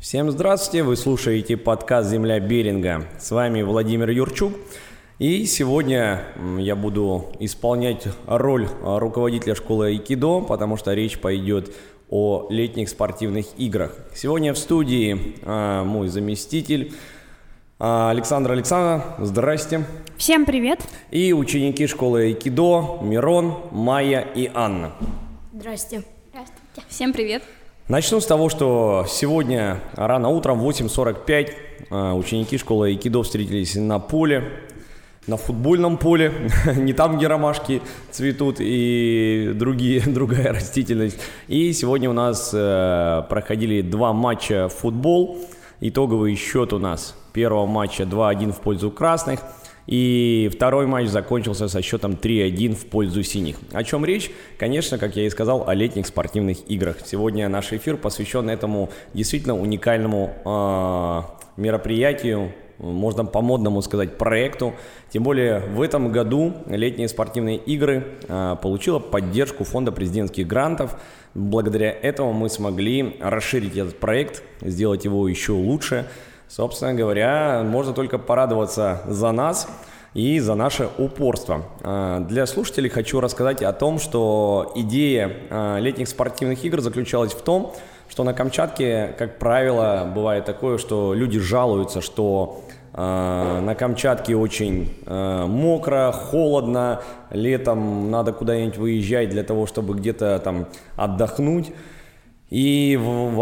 Всем здравствуйте, вы слушаете подкаст «Земля Беринга». С вами Владимир Юрчук. И сегодня я буду исполнять роль руководителя школы айкидо, потому что речь пойдет о летних спортивных играх. Сегодня в студии мой заместитель Александра Александровна. Здрасте. Всем привет. И ученики школы айкидо Мирон, Майя и Анна. Здрасте. Здравствуйте. Всем привет. Начну с того, что сегодня рано утром в 8:45 ученики школы айкидо встретились на поле, на футбольном поле, не там, где ромашки цветут и другая растительность. И сегодня у нас проходили два матча в футбол. Итоговый счет у нас первого матча 2-1 в пользу красных. И второй матч закончился со счетом 3-1 в пользу синих. О чем речь? Конечно, как я и сказал, о летних спортивных играх. Сегодня наш эфир посвящен этому действительно уникальному мероприятию, можно по-модному сказать, проекту. Тем более в этом году летние спортивные игры получила поддержку фонда президентских грантов. Благодаря этому мы смогли расширить этот проект, сделать его еще лучше. Собственно говоря, можно только порадоваться за нас и за наше упорство. Для слушателей хочу рассказать о том, что идея летних спортивных игр заключалась в том, что на Камчатке, как правило, бывает такое, что люди жалуются, что на Камчатке очень мокро, холодно, летом надо куда-нибудь выезжать для того, чтобы где-то там отдохнуть. И в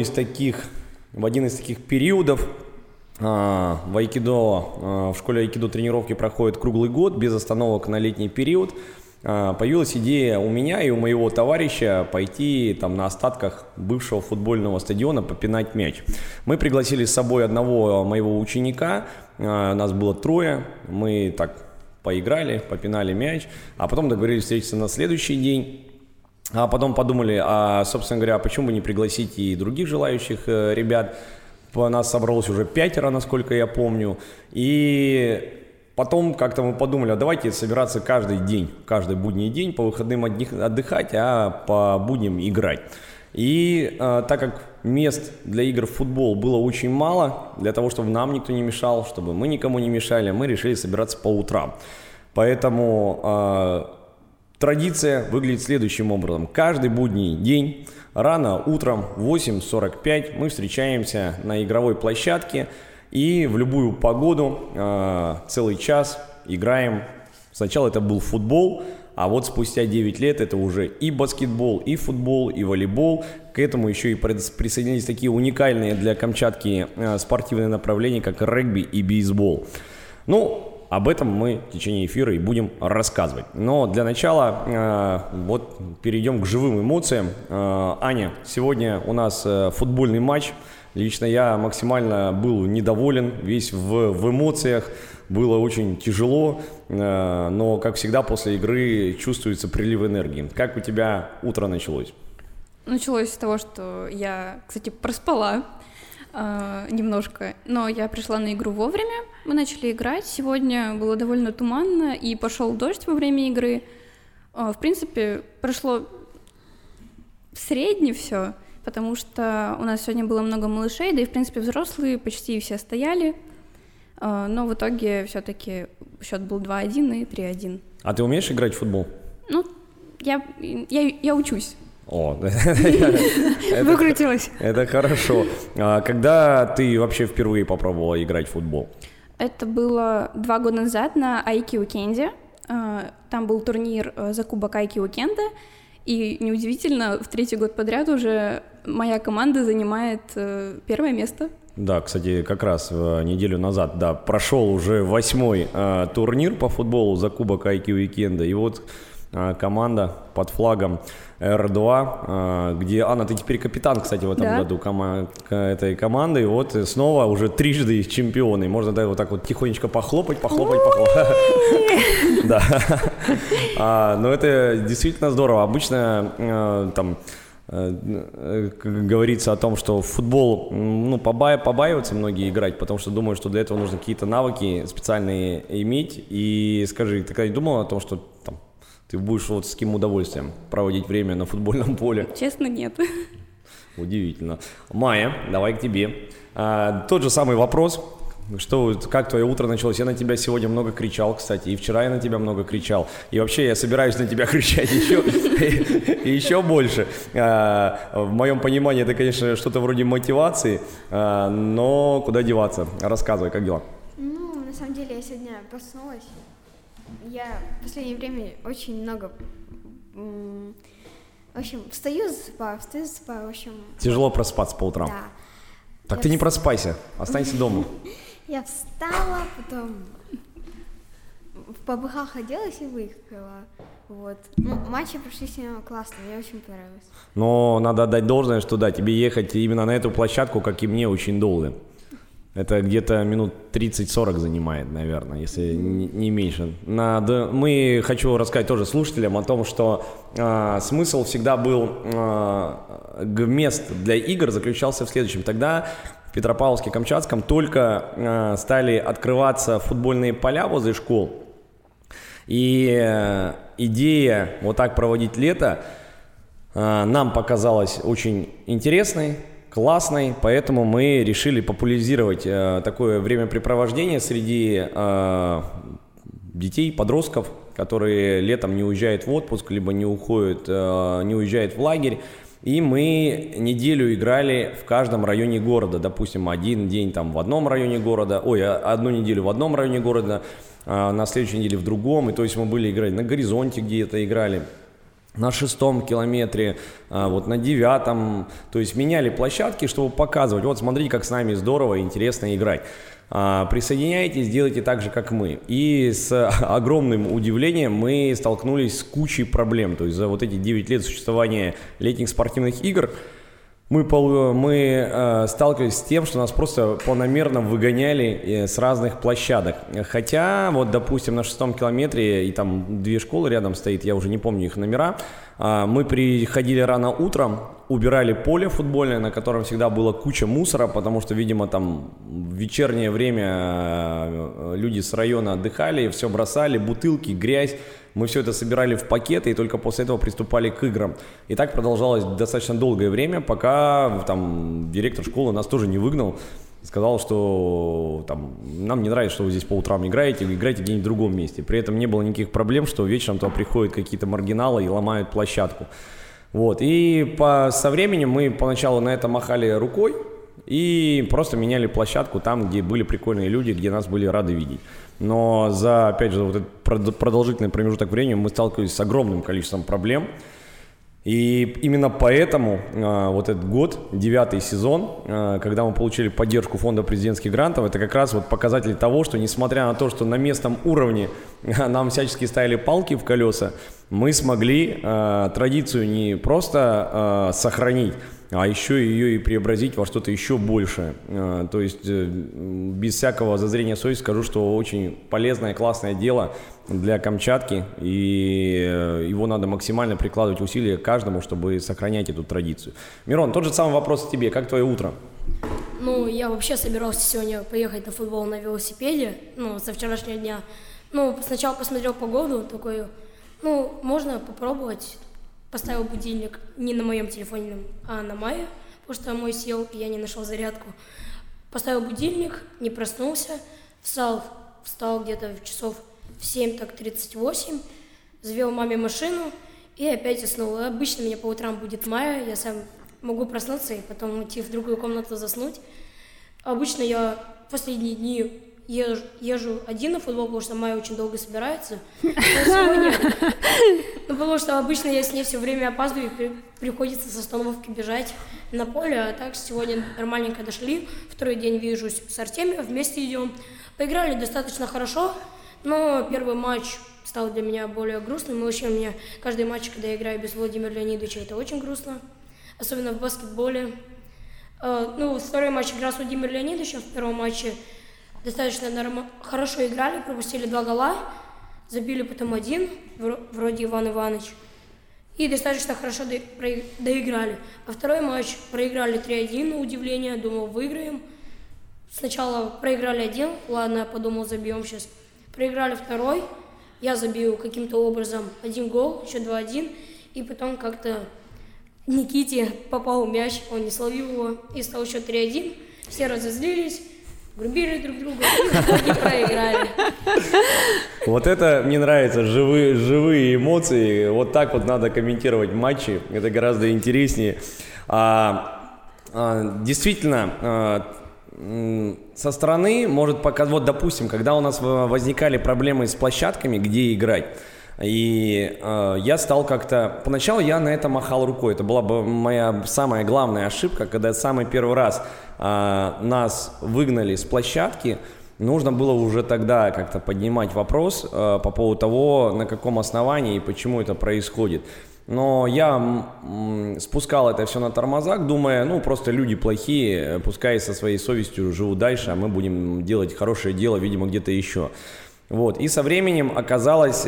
один из таких периодов в айкидо, в школе айкидо тренировки проходят круглый год, без остановок на летний период. Появилась идея у меня и у моего товарища пойти там на остатках бывшего футбольного стадиона попинать мяч. Мы пригласили с собой одного моего ученика, нас было трое, мы так поиграли, попинали мяч, а потом договорились встретиться на следующий день. А потом подумали, собственно говоря, почему бы не пригласить и других желающих ребят. Нас собралось уже 5, насколько я помню. И потом как-то мы подумали, давайте собираться каждый день, каждый будний день, по выходным отдыхать, а по будням играть. И так как мест для игр в футбол было очень мало, для того, чтобы нам никто не мешал, чтобы мы никому не мешали, мы решили собираться по утрам. Поэтому традиция выглядит следующим образом. Каждый будний день, рано утром в 8:45 мы встречаемся на игровой площадке и в любую погоду целый час играем. Сначала это был футбол, а вот спустя 9 лет это уже и баскетбол, и футбол, и волейбол. К этому еще и присоединились такие уникальные для Камчатки спортивные направления, как регби и бейсбол. Об этом мы в течение эфира и будем рассказывать. Но для начала перейдем к живым эмоциям. Аня, сегодня у нас футбольный матч. Лично я максимально был недоволен, весь в эмоциях. Было очень тяжело, но, как всегда, после игры чувствуется прилив энергии. Как у тебя утро началось? Началось с того, что я, кстати, проспала немножко, но я пришла на игру вовремя, мы начали играть. Сегодня было довольно туманно и пошел дождь во время игры. В принципе, прошло средне все, потому что у нас сегодня было много малышей, да и, в принципе, взрослые почти все стояли, но в итоге все-таки счет был 2-1 и 3-1. А ты умеешь играть в футбол? Я учусь. Выкрутилась. Это хорошо. Когда ты вообще впервые попробовала играть в футбол? Это было 2 года назад на Айки-Уикенде. Там был турнир за кубок Айки-Уикенда. И неудивительно, в 3-й год подряд уже моя команда занимает 1-е место. Да, кстати, как раз неделю назад, прошел уже 8-й турнир по футболу за кубок Айки-Уикенда. И вот команда под флагом R2, где, Анна, ты теперь капитан, кстати, в этом году этой команды, и вот снова уже трижды чемпионы. Можно вот так вот тихонечко похлопать. Да. Но это действительно здорово. Обычно говорится о том, что в футбол побаиваются многие играть, потому что думают, что для этого нужно какие-то навыки специальные иметь. И скажи, ты когда думала о том, что ты будешь с каким удовольствием проводить время на футбольном поле? Честно, нет. Удивительно. Майя, давай к тебе. Тот же самый вопрос. Как твое утро началось? Я на тебя сегодня много кричал, кстати, и вчера я на тебя много кричал. И вообще я собираюсь на тебя кричать еще больше. В моем понимании это, конечно, что-то вроде мотивации, но куда деваться? Рассказывай, как дела? Ну, на самом деле, я сегодня проснулась. Я в последнее время очень много... В общем, встаю, засыпаю, в общем... Тяжело проспаться по утрам. Да. Так ты не проспайся, останься дома. Я встала, потом в ПБХ оделась и выехала. Вот. Ну, матчи прошли сегодня классно, мне очень понравилось. Но надо отдать должное, что да, тебе ехать именно на эту площадку, как и мне, очень долго. Это где-то минут 30-40 занимает, наверное, если не меньше. Хочу рассказать тоже слушателям о том, что смысл всегда был мест для игр заключался в следующем. Тогда в Петропавловске-Камчатском только стали открываться футбольные поля возле школ. И идея вот так проводить лето нам показалась очень интересной, классной, поэтому мы решили популяризировать такое времяпрепровождение среди детей, подростков, которые летом не уезжают в отпуск, либо не уезжают в лагерь. И мы неделю играли в каждом районе города. Допустим, один день там в одном районе города, одну неделю в одном районе города, на следующей неделе в другом. И то есть мы были играть на горизонте, где-то играли, на 6-м километре, вот на 9-м, то есть меняли площадки, чтобы показывать, вот смотрите, как с нами здорово и интересно играть. Присоединяйтесь, делайте так же, как мы. И с огромным удивлением мы столкнулись с кучей проблем, то есть за вот эти 9 лет существования летних спортивных игр мы сталкивались с тем, что нас просто планомерно выгоняли с разных площадок. Хотя, вот, допустим, на 6-м километре, и там 2 школы рядом стоит, я уже не помню их номера, мы приходили рано утром, убирали поле футбольное, на котором всегда была куча мусора, потому что, видимо, там в вечернее время люди с района отдыхали, все бросали, бутылки, грязь. Мы все это собирали в пакеты и только после этого приступали к играм. И так продолжалось достаточно долгое время, пока там директор школы нас тоже не выгнал. Сказал, что там, нам не нравится, что вы здесь по утрам играете где-нибудь в другом месте. При этом не было никаких проблем, что вечером туда приходят какие-то маргиналы и ломают площадку. Вот. И со временем мы поначалу на это махали рукой и просто меняли площадку там, где были прикольные люди, где нас были рады видеть. Но за, опять же, вот этот продолжительный промежуток времени мы сталкивались с огромным количеством проблем. И именно поэтому вот этот год, 9-й сезон, когда мы получили поддержку фонда президентских грантов, это как раз вот показатель того, что несмотря на то, что на местном уровне нам всячески ставили палки в колеса, мы смогли традицию не просто сохранить, а еще ее и преобразить во что-то еще большее. То есть без всякого зазрения совести скажу, что очень полезное, классное дело для Камчатки, и его надо максимально прикладывать усилия каждому, чтобы сохранять эту традицию. Мирон, тот же самый вопрос к тебе. Как твое утро? Ну, я вообще собирался сегодня поехать на футбол на велосипеде, со вчерашнего дня. Сначала посмотрел погоду, такой, можно попробовать. Поставил будильник не на моем телефоне, а на Майе, потому что мой сел, и я не нашел зарядку. Поставил будильник, не проснулся, встал где-то в часов в 7:38, завел маме машину и опять уснул. Обычно у меня по утрам будет Майя, я сам могу проснуться и потом уйти в другую комнату заснуть. Обычно я в последние дни езжу один на футбол, потому что Майя очень долго собирается. Потому что обычно я с ней все время опаздываю, и приходится с остановки бежать на поле. А так сегодня нормальненько дошли. Второй день вижусь с Артемием, вместе идем. Поиграли достаточно хорошо, но первый матч стал для меня более грустным. И вообще у меня каждый матч, когда я играю без Владимира Леонидовича, это очень грустно. Особенно в баскетболе. Второй матч играл с Владимиром Леонидовичем. В первом матче достаточно хорошо играли, пропустили 2 гола, забили потом 1, вроде Иван Иванович, и достаточно хорошо доиграли. А второй матч проиграли 3-1, на удивление, думал, выиграем. Сначала проиграли 1, ладно, я подумал, забьем сейчас. Проиграли второй, я забил каким-то образом 1 гол, еще 2-1, и потом как-то Никите попал мяч, он не словил его, и стал счет 3-1. Все разозлились, грубили друг друга и в итоге проиграли. Вот это мне нравится, живые эмоции. Вот так вот надо комментировать матчи, это гораздо интереснее. Действительно, со стороны может показать, вот допустим, когда у нас возникали проблемы с площадками, где играть, и я стал как-то... Поначалу я на это махал рукой, это была бы моя самая главная ошибка, когда самый первый раз нас выгнали с площадки, нужно было уже тогда как-то поднимать вопрос по поводу того, на каком основании и почему это происходит. Но я спускал это все на тормозах, думая, ну, просто люди плохие, пускай со своей совестью живут дальше, а мы будем делать хорошее дело, видимо, где-то еще. Вот. И со временем оказалось,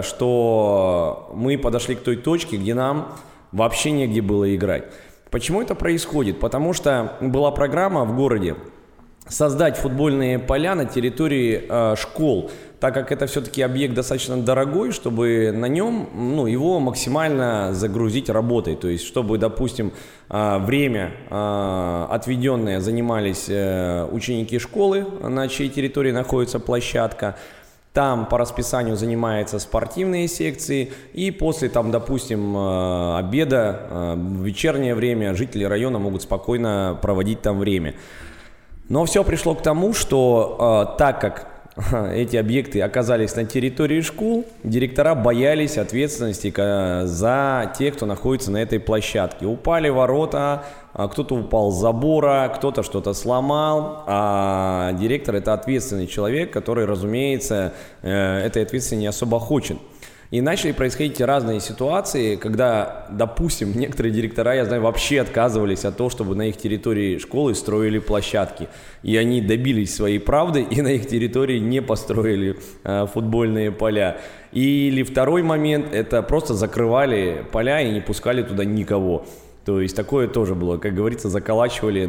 что мы подошли к той точке, где нам вообще негде было играть. Почему это происходит? Потому что была программа в городе создать футбольные поля на территории школ, так как это все-таки объект достаточно дорогой, чтобы на нем, ну, его максимально загрузить работой. То есть, чтобы, допустим, время отведенное занимались ученики школы, на чьей территории находится площадка, там по расписанию занимаются спортивные секции, и после, там, допустим, обеда, в вечернее время жители района могут спокойно проводить там время. Но все пришло к тому, что так как эти объекты оказались на территории школ, директора боялись ответственности за тех, кто находится на этой площадке. Упали ворота, кто-то упал с забора, кто-то что-то сломал, а директор – это ответственный человек, который, разумеется, этой ответственности не особо хочет. И начали происходить разные ситуации, когда, допустим, некоторые директора, я знаю, вообще отказывались от того, чтобы на их территории школы строили площадки. И они добились своей правды, и на их территории не построили футбольные поля. Или второй момент, это просто закрывали поля и не пускали туда никого. То есть такое тоже было, как говорится, заколачивали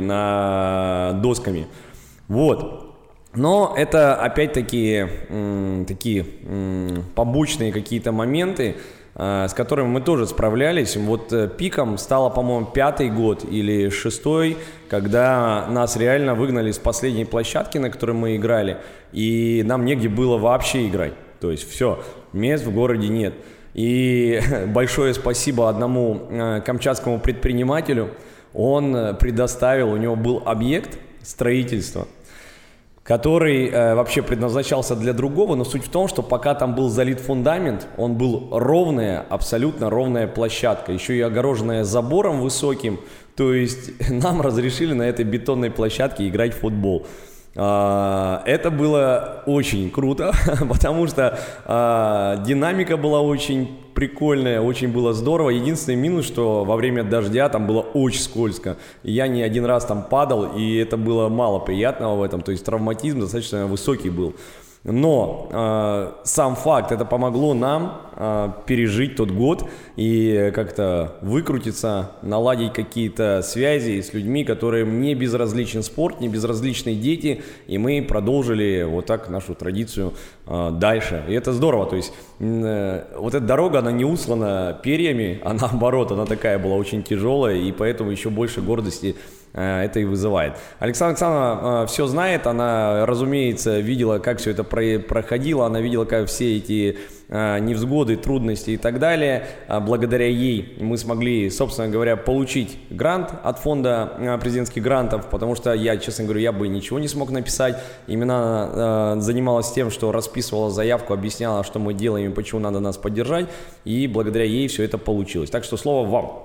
досками. Вот. Но это опять-таки такие побочные какие-то моменты, с которыми мы тоже справлялись. Вот пиком стало, по-моему, 5-й год или 6-й, когда нас реально выгнали с последней площадки, на которой мы играли, и нам негде было вообще играть. То есть все, мест в городе нет. И большое спасибо одному камчатскому предпринимателю, он предоставил, у него был объект строительства, который вообще предназначался для другого, но суть в том, что пока там был залит фундамент, он был ровная, абсолютно ровная площадка, еще и огороженная забором высоким, то есть нам разрешили на этой бетонной площадке играть в футбол. Это было очень круто, потому что динамика была очень прикольная, очень было здорово. Единственный минус, что во время дождя там было очень скользко. Я не один раз там падал, и это было мало приятного в этом. То есть травматизм достаточно высокий был. Но сам факт, это помогло нам пережить тот год и как-то выкрутиться, наладить какие-то связи с людьми, которым не безразличен спорт, не безразличны дети, и мы продолжили вот так нашу традицию дальше. И это здорово, то есть вот эта дорога, она не услана перьями, а наоборот, она такая была очень тяжелая, и поэтому еще больше гордости это и вызывает. Александра Александровна все знает, она, разумеется, видела, как все это проходило, она видела, как все эти невзгоды, трудности и так далее. Благодаря ей мы смогли, собственно говоря, получить грант от фонда президентских грантов, потому что я, честно говоря, я бы ничего не смог написать. Именно она занималась тем, что расписывала заявку, объясняла, что мы делаем и почему надо нас поддержать, и благодаря ей все это получилось. Так что слово вам.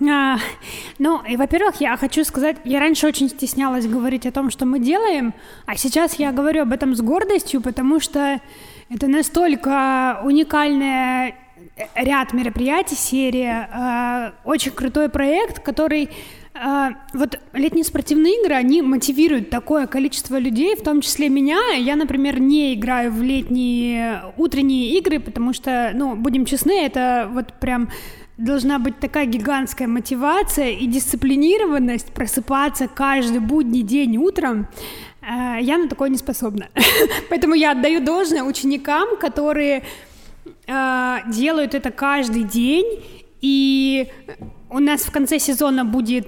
Ну, и, во-первых, я хочу сказать, я раньше очень стеснялась говорить о том, что мы делаем, а сейчас я говорю об этом с гордостью, потому что это настолько уникальный ряд мероприятий, серия, очень крутой проект, который... Вот летние спортивные игры, они мотивируют такое количество людей, в том числе меня. Я, например, не играю в летние утренние игры, потому что, ну, будем честны, это вот прям... Должна быть такая гигантская мотивация и дисциплинированность просыпаться каждый будний день утром. Я на такое не способна. Поэтому я отдаю должное ученикам, которые делают это каждый день. И у нас в конце сезона будет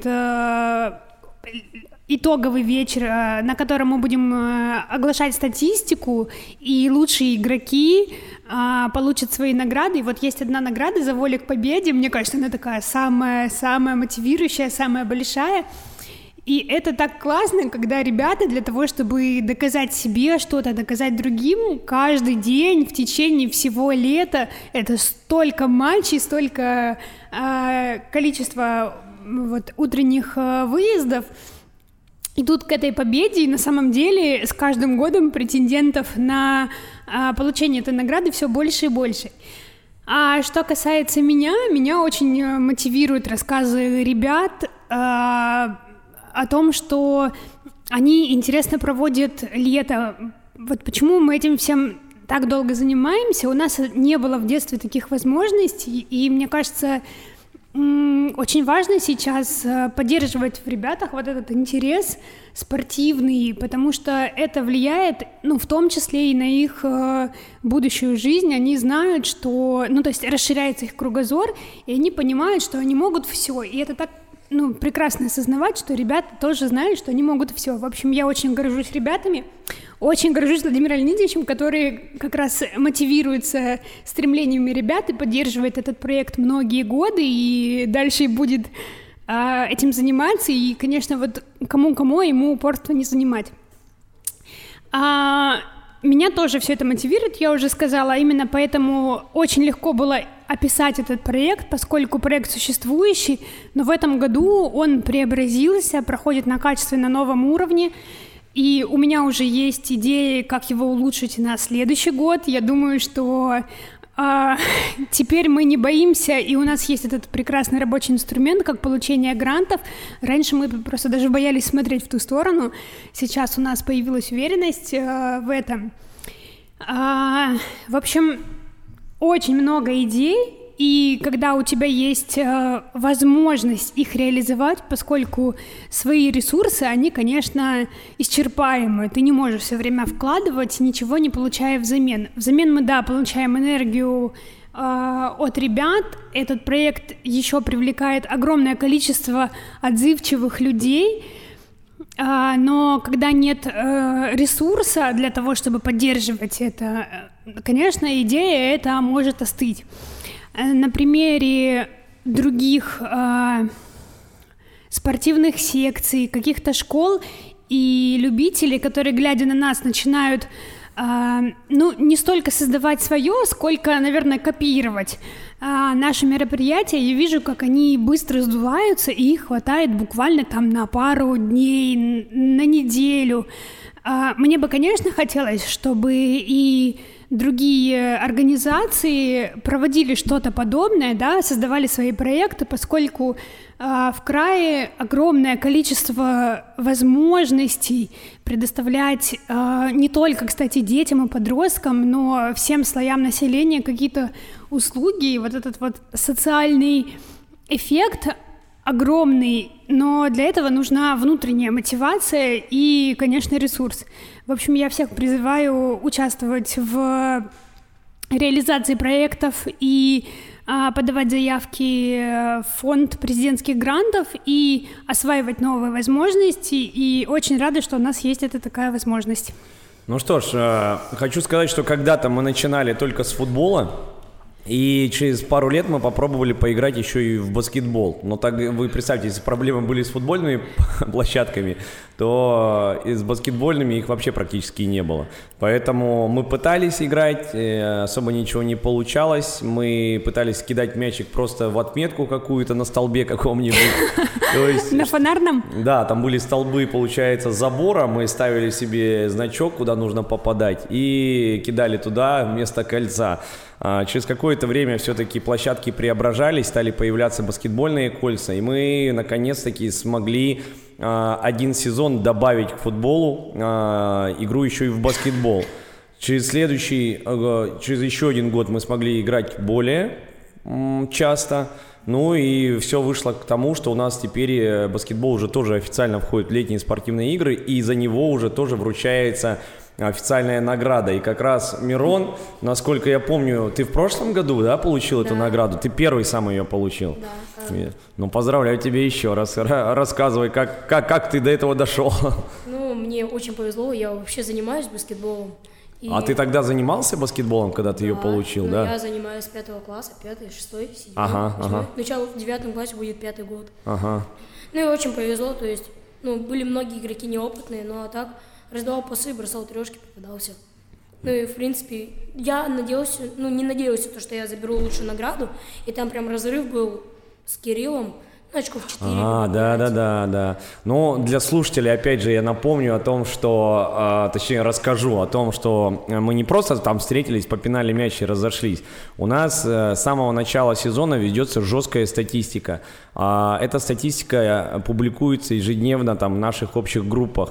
итоговый вечер, на котором мы будем оглашать статистику, и лучшие игроки получат свои награды. И вот есть одна награда за волю к победе. Мне кажется, она такая самая мотивирующая, самая большая. И это так классно, когда ребята для того, чтобы доказать себе что-то, доказать другим, каждый день в течение всего лета, это столько матчей, столько количества вот, утренних выездов, идут к этой победе, и на самом деле с каждым годом претендентов на получение этой награды все больше и больше. А что касается меня очень мотивируют рассказы ребят о том, что они интересно проводят лето. Вот почему мы этим всем так долго занимаемся. У нас не было в детстве таких возможностей, и мне кажется, очень важно сейчас поддерживать в ребятах вот этот интерес спортивный, потому что это влияет, в том числе и на их будущую жизнь. Они знают, что, то есть расширяется их кругозор, и они понимают, что они могут все. И это так, прекрасно осознавать, что ребята тоже знают, что они могут все. В общем, я очень горжусь ребятами, очень горжусь Владимиром Леонидовичем, который как раз мотивируется стремлениями ребят и поддерживает этот проект многие годы, и дальше будет этим заниматься, и, конечно, вот кому-кому ему упорство не занимать. Меня тоже все это мотивирует, я уже сказала, именно поэтому очень легко было описать этот проект, поскольку проект существующий, но в этом году он преобразился, проходит на качественно новом уровне, и у меня уже есть идеи, как его улучшить на следующий год. Я думаю, что теперь мы не боимся, и у нас есть этот прекрасный рабочий инструмент, как получение грантов. Раньше мы просто даже боялись смотреть в ту сторону. Сейчас у нас появилась уверенность в этом. В общем, очень много идей, и когда у тебя есть возможность их реализовать, поскольку свои ресурсы, они, конечно, исчерпаемы. Ты не можешь все время вкладывать, ничего не получая взамен. Взамен мы, получаем энергию от ребят. Этот проект еще привлекает огромное количество отзывчивых людей, но когда нет ресурса для того, чтобы поддерживать это, конечно, идея эта может остыть. На примере других спортивных секций, каких-то школ и любителей, которые, глядя на нас, начинают не столько создавать свое, сколько, наверное, копировать наши мероприятия. Я вижу, как они быстро сдуваются, и их хватает буквально на пару дней, на неделю. Мне бы, конечно, хотелось, чтобы и другие организации проводили что-то подобное, создавали свои проекты, поскольку в крае огромное количество возможностей предоставлять не только, кстати, детям и подросткам, но всем слоям населения какие-то услуги. И вот этот вот социальный эффект огромный, но для этого нужна внутренняя мотивация и, конечно, ресурс. В общем, я всех призываю участвовать в реализации проектов и подавать заявки в фонд президентских грантов и осваивать новые возможности. И очень рада, что у нас есть такая возможность. Ну что ж, хочу сказать, что когда-то мы начинали только с футбола, и через пару лет мы попробовали поиграть еще и в баскетбол. Но так вы представьте, если проблемы были с футбольными площадками, то и с баскетбольными их вообще практически не было. Поэтому мы пытались играть, особо ничего не получалось. Мы пытались кидать мячик просто в отметку какую-то на столбе каком-нибудь. На фонарном? Да, там были столбы, получается, забора. Мы ставили себе значок, куда нужно попадать, и кидали туда вместо кольца. Через какое-то время все-таки площадки преображались, стали появляться баскетбольные кольца, и мы наконец-таки смогли один сезон добавить к футболу игру еще и в баскетбол. Через еще один год мы смогли играть более часто. Ну и все вышло к тому, что у нас теперь баскетбол уже тоже официально входит в летние спортивные игры, и за него уже тоже вручается официальная награда. И как раз Мирон, насколько я помню, ты в прошлом году, да, получил эту награду? Ты первый сам ее получил? Да. Ну, поздравляю тебя еще раз. Рассказывай, как ты до этого дошел. Ну, мне очень повезло, я вообще занимаюсь баскетболом. И... А ты тогда занимался баскетболом, когда ты ее получил, ну, да? я занимаюсь с 5 класса, 5, 6, 7, Ага, 8. ага. Начало в 9 классе будет 5 год. Ага. Ну и очень повезло, то есть, ну, были многие игроки неопытные, но а так раздавал пасы, бросал трешки, попадался. Ну и, в принципе, я надеялся, ну, не надеялся, то, что я заберу лучшую награду, и там прям разрыв был с Кириллом, ну, очков 4. Да. Ну, для слушателей, опять же, я напомню о том, что, точнее, расскажу о том, что мы не просто там встретились, попинали мяч и разошлись. У нас с самого начала сезона ведется жесткая статистика. Эта статистика публикуется ежедневно там в наших общих группах.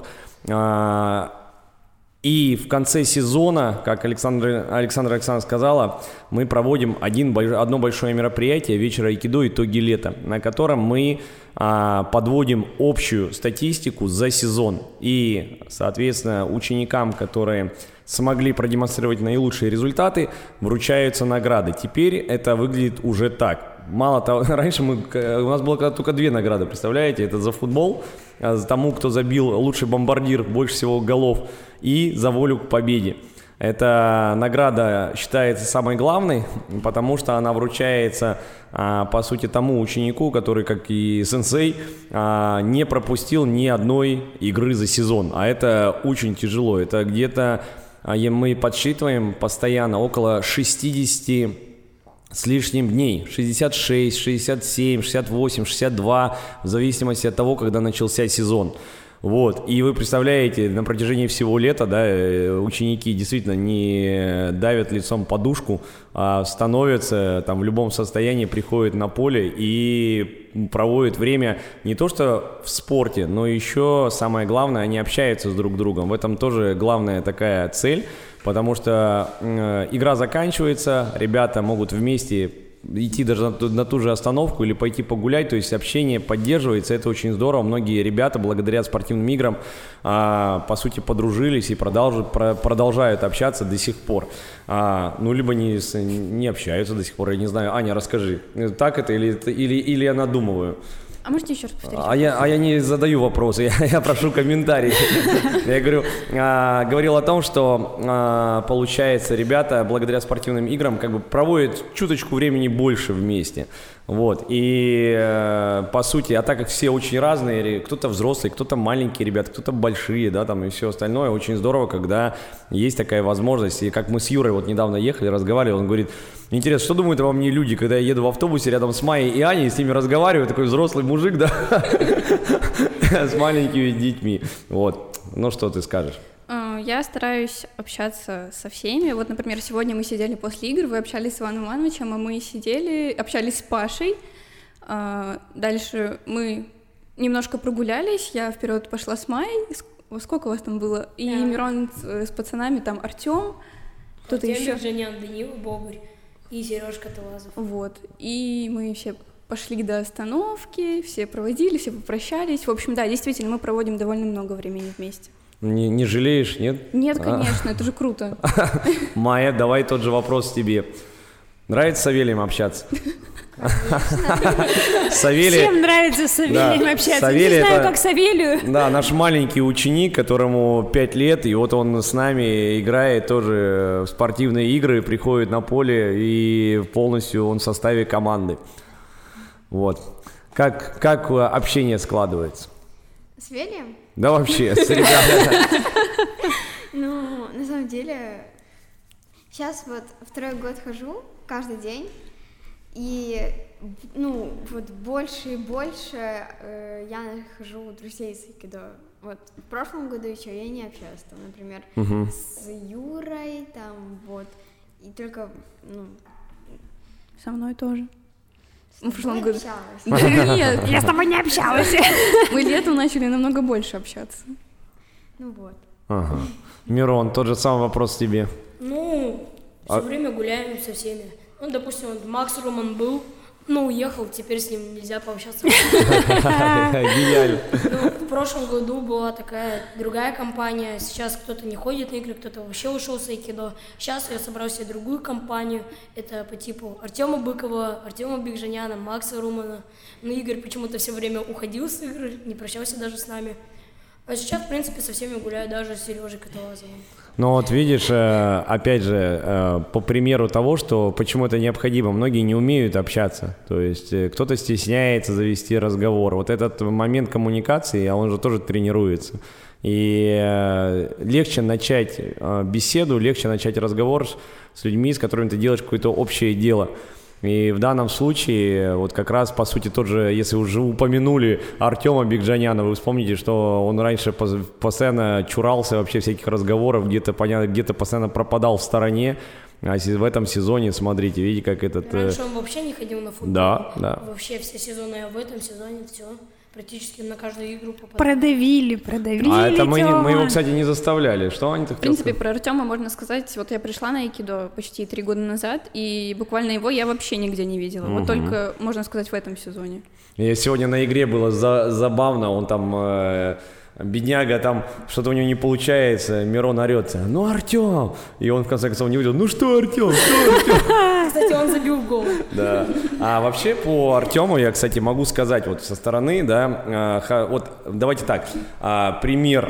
И в конце сезона, как Александра сказала, мы проводим одно большое мероприятие вечера айкидо «Итоги лета», на котором мы подводим общую статистику за сезон. И, соответственно, ученикам, которые смогли продемонстрировать наилучшие результаты, вручаются награды. Теперь это выглядит уже так. Мало того, раньше у нас было только 2 награды, представляете? Это за футбол, за тому, кто забил лучший бомбардир, больше всего голов, и за волю к победе. Эта награда считается самой главной, потому что она вручается, по сути, тому ученику, который, как и сенсей, не пропустил ни одной игры за сезон. А это очень тяжело. Это где-то, мы подсчитываем постоянно, около 60 с лишним дней. 66, 67, 68, 62, в зависимости от того, когда начался сезон. Вот, и вы представляете, на протяжении всего лета, да, ученики действительно не давят лицом подушку, а становятся там в любом состоянии, приходят на поле и проводят время не то что в спорте, но еще самое главное, они общаются с друг другом. В этом тоже главная такая цель, потому что игра заканчивается, ребята могут вместе идти даже на ту же остановку или пойти погулять, то есть общение поддерживается, это очень здорово. Многие ребята благодаря спортивным играм, по сути, подружились и продолжают общаться до сих пор. Ну, либо не общаются до сих пор, я не знаю. Аня, расскажи, так это или я надумываю? А можете еще раз повторить? А я не задаю вопросы, я прошу комментарий. Я говорил о том, что, получается, ребята благодаря спортивным играм как бы проводят чуточку времени больше вместе. Вот, и по сути, а так как все очень разные, кто-то взрослый, кто-то маленькие ребята, кто-то большие, да, там и все остальное, очень здорово, когда есть такая возможность. И как мы с Юрой вот недавно ехали, разговаривали, он говорит: интересно, что думают обо мне люди, когда я еду в автобусе рядом с Майей и Аней, с ними разговариваю, такой взрослый мужик, да, с маленькими детьми. Вот, ну что ты скажешь? Я стараюсь общаться со всеми. Вот, например, сегодня мы сидели после игр, вы общались с Иваном Ивановичем, а мы общались с Пашей. Дальше мы немножко прогулялись, я вперед пошла с Майей. Сколько у вас там было? И Мирон с пацанами, там Артем, кто-то еще. Женя, Данил, Бобырь и Сережка Талазов. Вот, и мы все пошли до остановки, все проводили, все попрощались. В общем, да, действительно, мы проводим довольно много времени вместе. Не жалеешь, нет? Нет, конечно, это же круто. Майя, давай тот же вопрос тебе. Нравится с Савелием общаться? Всем нравится с Савелием общаться. Не знаю, как Савелию. Да, наш маленький ученик, которому 5 лет, и вот он с нами играет тоже в спортивные игры, приходит на поле, и полностью он в составе команды. Вот. Как общение складывается? С Велием? Да вообще, с ребятами. Ну, на самом деле, сейчас вот 2-й год хожу каждый день, и, ну, вот больше и больше я нахожу друзей с айкидо. Вот в прошлом году еще я не общалась, там, например, с Юрой, там, вот, и только, ну... Со мной тоже. В прошлом году. Нет, я с тобой не общалась. Мы летом начали намного больше общаться. Ну вот. Ага. Мирон, тот же самый вопрос тебе. Ну, все время гуляем со всеми. Ну, допустим, вот Макс Роман был, но уехал, теперь с ним нельзя пообщаться. Гениально. Ну, в прошлом году была такая другая компания. Сейчас кто-то не ходит на игры, кто-то вообще ушел с айкидо. Сейчас я собрал себе другую компанию. Это по типу Артема Быкова, Артема Бигжаняна, Макса Румана. Но Игорь почему-то все время уходил с игр, не прощался даже с нами. А сейчас, в принципе, со всеми гуляю, даже с Сережей Каталазовым. Ну вот видишь, опять же, по примеру того, что почему это необходимо, многие не умеют общаться, то есть кто-то стесняется завести разговор. Вот этот момент коммуникации, а он же тоже тренируется. И легче начать беседу, легче начать разговор с людьми, с которыми ты делаешь какое-то общее дело. И в данном случае, вот как раз, по сути, тот же, если уже упомянули Артема Бигжаняна, вы вспомните, что он раньше постоянно чурался вообще всяких разговоров, где-то постоянно пропадал в стороне, а в этом сезоне, смотрите, видите, как этот... Раньше он вообще не ходил на футбол. Да. Вообще все сезоны, а в этом сезоне все. Практически на каждую игру попадал. Продавили. А это мы его, кстати, не заставляли. Что они так? В принципе, про Артема можно сказать, вот я пришла на айкидо почти 3 года назад, и буквально его я вообще нигде не видела. Вот только, можно сказать, в этом сезоне. И сегодня на игре было забавно, он там... Бедняга, там что-то у него не получается, Мирон орёт: ну, Артём! И он в конце концов не увидел: ну что, Артём, Кстати, он забил гол. Да. А вообще по Артёму я, кстати, могу сказать вот со стороны, да, вот давайте так, пример.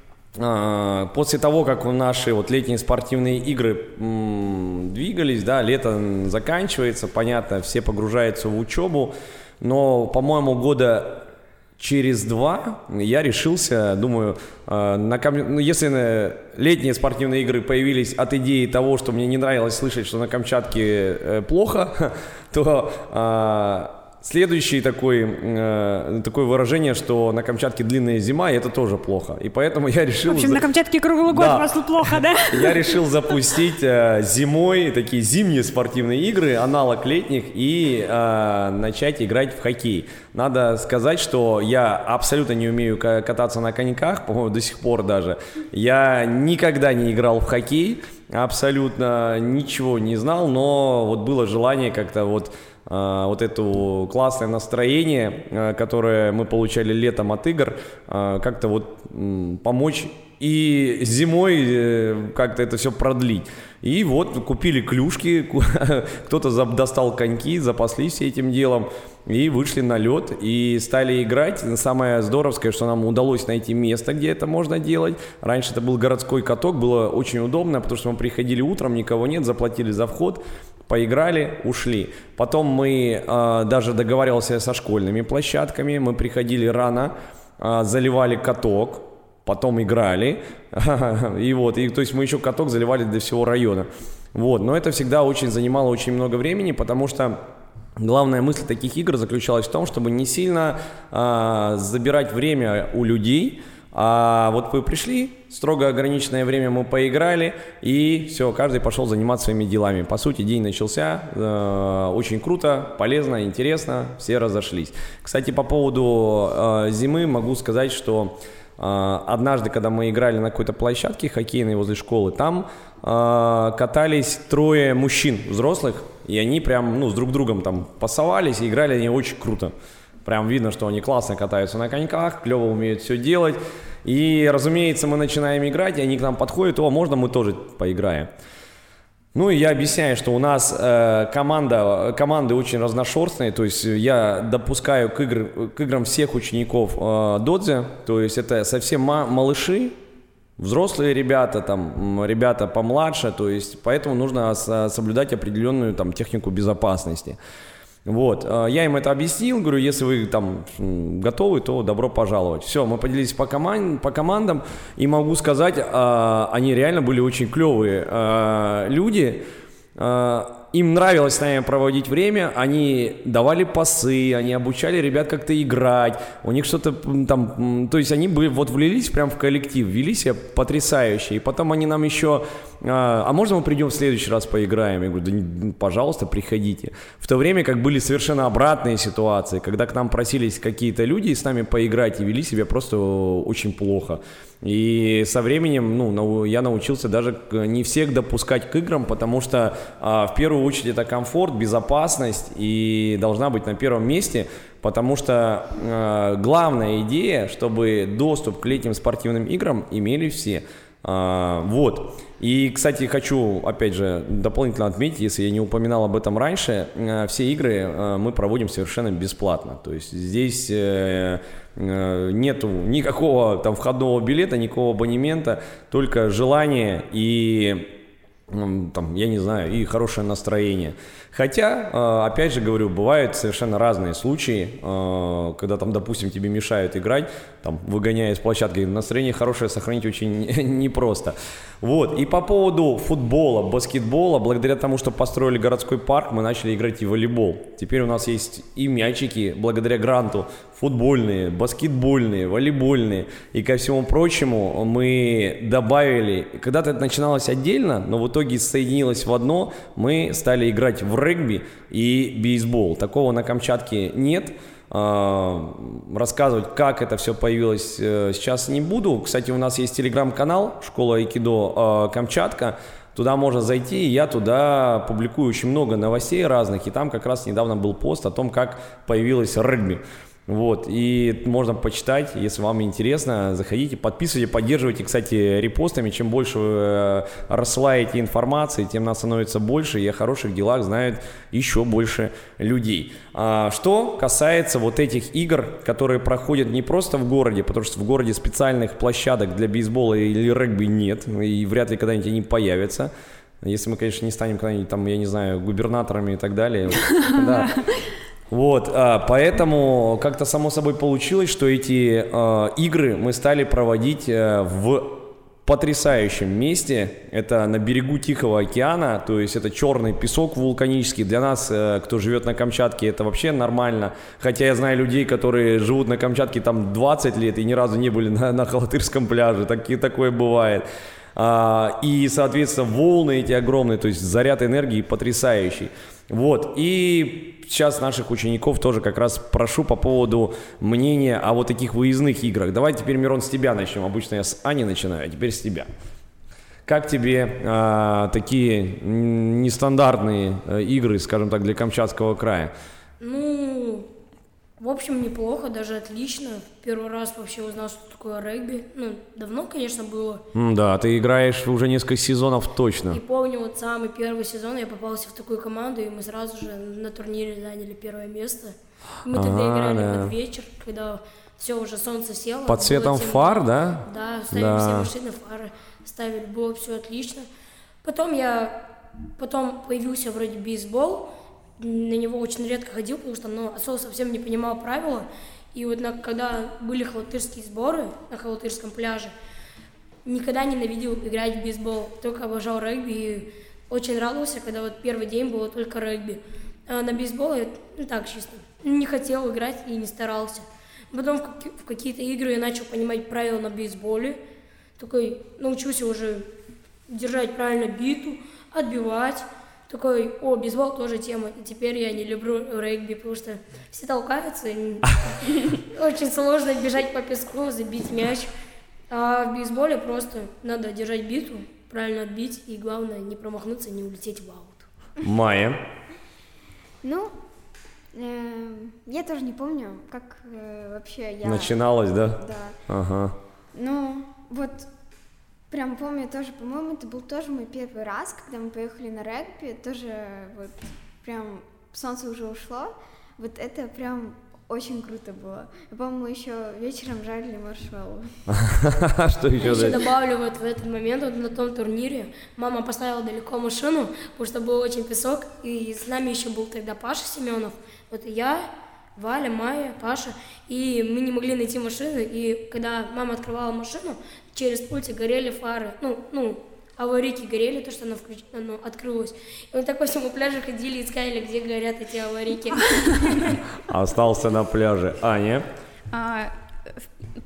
После того, как наши вот летние спортивные игры двигались, да, лето заканчивается, понятно, все погружаются в учебу, но, по-моему, года через 2 я решился, думаю, если летние спортивные игры появились от идеи того, что мне не нравилось слышать, что на Камчатке плохо, то следующее такое выражение, что на Камчатке длинная зима, и это тоже плохо. И поэтому я решил... В общем, на Камчатке круглый год у вас плохо, да? Я решил запустить зимой такие зимние спортивные игры, аналог летних, и начать играть в хоккей. Надо сказать, что я абсолютно не умею кататься на коньках, по-моему, до сих пор даже. Я никогда не играл в хоккей, абсолютно ничего не знал, но вот было желание как-то вот это классное настроение, которое мы получали летом от игр, как-то вот помочь и зимой как-то это все продлить. И вот купили клюшки, кто-то достал коньки, запаслись этим делом и вышли на лед и стали играть. Самое здоровское, что нам удалось найти место, где это можно делать. Раньше это был городской каток, было очень удобно, потому что мы приходили утром, никого нет, заплатили за вход, поиграли, ушли. Потом мы даже договаривались со школьными площадками, мы приходили рано, заливали каток, потом играли, то есть мы еще каток заливали для всего района. Вот, но это всегда занимало очень много времени, потому что главная мысль таких игр заключалась в том, чтобы не сильно забирать время у людей. А вот вы пришли, строго ограниченное время мы поиграли, и все, каждый пошел заниматься своими делами. По сути, день начался, очень круто, полезно, интересно, все разошлись. Кстати, по поводу зимы могу сказать, что однажды, когда мы играли на какой-то площадке хоккейной возле школы, там катались 3 мужчин взрослых, и они прям с друг другом там пасовались, и играли они очень круто. Прям видно, что они классно катаются на коньках, клево умеют все делать. И, разумеется, мы начинаем играть, и они к нам подходят: можно мы тоже поиграем? Ну и я объясняю, что у нас команды очень разношерстные, то есть я допускаю к играм всех учеников додзе, то есть это совсем малыши, взрослые ребята, ребята помладше, то есть поэтому нужно соблюдать определенную технику безопасности. Вот, я им это объяснил, говорю, если вы готовы, то добро пожаловать. Все, мы поделились по командам, и могу сказать, они реально были очень клевые люди. Им нравилось с нами проводить время, они давали пасы, они обучали ребят как-то играть, у них что-то то есть они влились прям в коллектив, вели себя потрясающе. И потом они нам еще а можно мы придем в следующий раз поиграем? Я говорю, да, пожалуйста, приходите. В то время как были совершенно обратные ситуации, когда к нам просились какие-то люди с нами поиграть и вели себя просто очень плохо. И со временем, я научился даже не всех допускать к играм, потому что в первую очередь это комфорт, безопасность и должна быть на первом месте, потому что главная идея, чтобы доступ к летним спортивным играм имели все. Вот. И, кстати, хочу, опять же, дополнительно отметить, если я не упоминал об этом раньше, все игры мы проводим совершенно бесплатно. То есть здесь нету никакого там входного билета, никакого абонемента, только желание и, там, я не знаю, и хорошее настроение. Хотя, опять же говорю, бывают совершенно разные случаи, когда там, допустим, тебе мешают играть, там, выгоняя из площадки, настроение хорошее сохранить очень непросто. Вот, и по поводу футбола, баскетбола, благодаря тому, что построили городской парк, мы начали играть и в волейбол. Теперь у нас есть и мячики, благодаря гранту, футбольные, баскетбольные, волейбольные. И ко всему прочему мы добавили, когда-то это начиналось отдельно, но в итоге соединилось в одно, мы стали играть в регби и бейсбол. Такого на Камчатке нет. Рассказывать, как это все появилось, сейчас не буду. Кстати, у нас есть телеграм-канал «Школа айкидо Камчатка». Туда можно зайти, и я туда публикую очень много новостей разных. И там как раз недавно был пост о том, как появилось регби. Вот, и можно почитать, если вам интересно, заходите, подписывайте, поддерживайте, кстати, репостами. Чем больше вы рассылаете информации, тем нас становится больше, и о хороших делах знают еще больше людей. Что касается вот этих игр, которые проходят не просто в городе, потому что в городе специальных площадок для бейсбола или регби нет, и вряд ли когда-нибудь они появятся. Если мы, конечно, не станем когда-нибудь там, я не знаю, губернаторами и так далее. Да. Вот, поэтому как-то само собой получилось, что эти игры мы стали проводить в потрясающем месте. Это на берегу Тихого океана, то есть это черный песок вулканический. Для нас, кто живет на Камчатке, это вообще нормально. Хотя я знаю людей, которые живут на Камчатке там 20 лет и ни разу не были на Халатырском пляже. Такое бывает. И, соответственно, волны эти огромные, то есть заряд энергии потрясающий. Вот, и сейчас наших учеников тоже как раз прошу по поводу мнения о вот таких выездных играх. Давай теперь, Мирон, с тебя начнем. Обычно я с Ани начинаю, а теперь с тебя. Как тебе такие нестандартные игры, скажем так, для Камчатского края? Ну, в общем, неплохо, даже отлично. Первый раз вообще узнал, что такое регби. Ну, давно, конечно, было. Да, ты играешь уже несколько сезонов точно. И помню, вот самый первый сезон я попался в такую команду, и мы сразу же на турнире заняли первое место. Мы тогда играли под вечер, когда все, уже солнце село. Под цветом фар, да? Да, ставили все машины, фары ставили, было все отлично. Потом появился вроде бейсбол. На него очень редко ходил, потому что особо совсем не понимал правила. И вот когда были халатырские сборы на Халатырском пляже, никогда ненавидел играть в бейсбол, только обожал регби и очень радовался, когда вот первый день было только регби. А на бейсбол я так чисто не хотел играть и не старался. Потом в какие-то игры я начал понимать правила на бейсболе, такой научился уже держать правильно биту, отбивать. Такой, бейсбол тоже тема, и теперь я не люблю регби, потому что все толкаются, очень сложно бежать по песку, забить мяч, а в бейсболе просто надо держать биту, правильно отбить, и главное не промахнуться, не улететь в аут. Майя? Ну, я тоже не помню, как вообще я... Начиналось, да? Да. Ага. Ну, вот... Прям помню тоже, по-моему, это был тоже мой первый раз, когда мы поехали на регби, тоже вот прям солнце уже ушло, вот это прям очень круто было. Я помню, мы еще вечером жарили маршмеллоу. Что еще? Я добавлю вот в этот момент, вот на том турнире, мама поставила далеко машину, потому что был очень песок, и с нами еще был тогда Паша Семенов, вот я, Валя, Майя, Паша, и мы не могли найти машину, и когда мама открывала машину, через пульте горели фары, аварийки горели, то, что она открылась. И мы так по всему пляжу ходили, искали, где горят эти аварийки. Остался на пляже. Аня?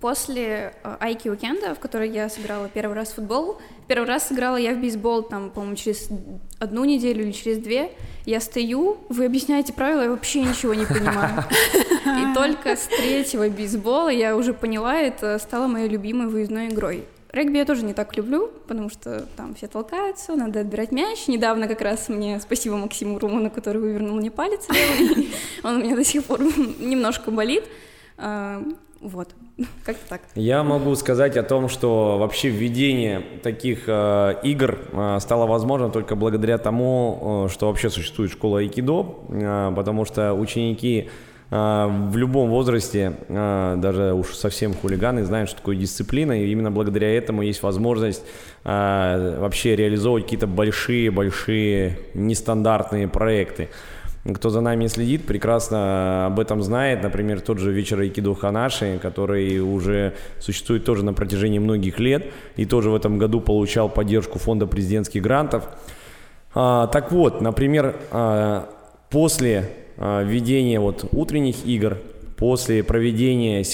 после Айки-уикенда, в который я сыграла первый раз в футбол, первый раз сыграла я в бейсбол, там, по-моему, через 1 неделю или через 2. Я стою, вы объясняете правила, я вообще ничего не понимаю. И только с 3-го бейсбола я уже поняла, это стало моей любимой выездной игрой. Регби я тоже не так люблю, потому что там все толкаются, надо отбирать мяч. Недавно как раз мне спасибо Максиму Руману, который вывернул мне палец левый. Он у меня до сих пор немножко болит. Вот, как-то так. Я могу сказать о том, что вообще введение таких игр стало возможно только благодаря тому, что вообще существует школа айкидо, потому что ученики в любом возрасте, даже уж совсем хулиганы, знают, что такое дисциплина, и именно благодаря этому есть возможность вообще реализовывать какие-то большие нестандартные проекты. Кто за нами следит, прекрасно об этом знает. Например, тот же вечер айкидо Ханаши, который уже существует тоже на протяжении многих лет и тоже в этом году получал поддержку фонда президентских грантов. Так вот, например, после введения утренних игр, после проведения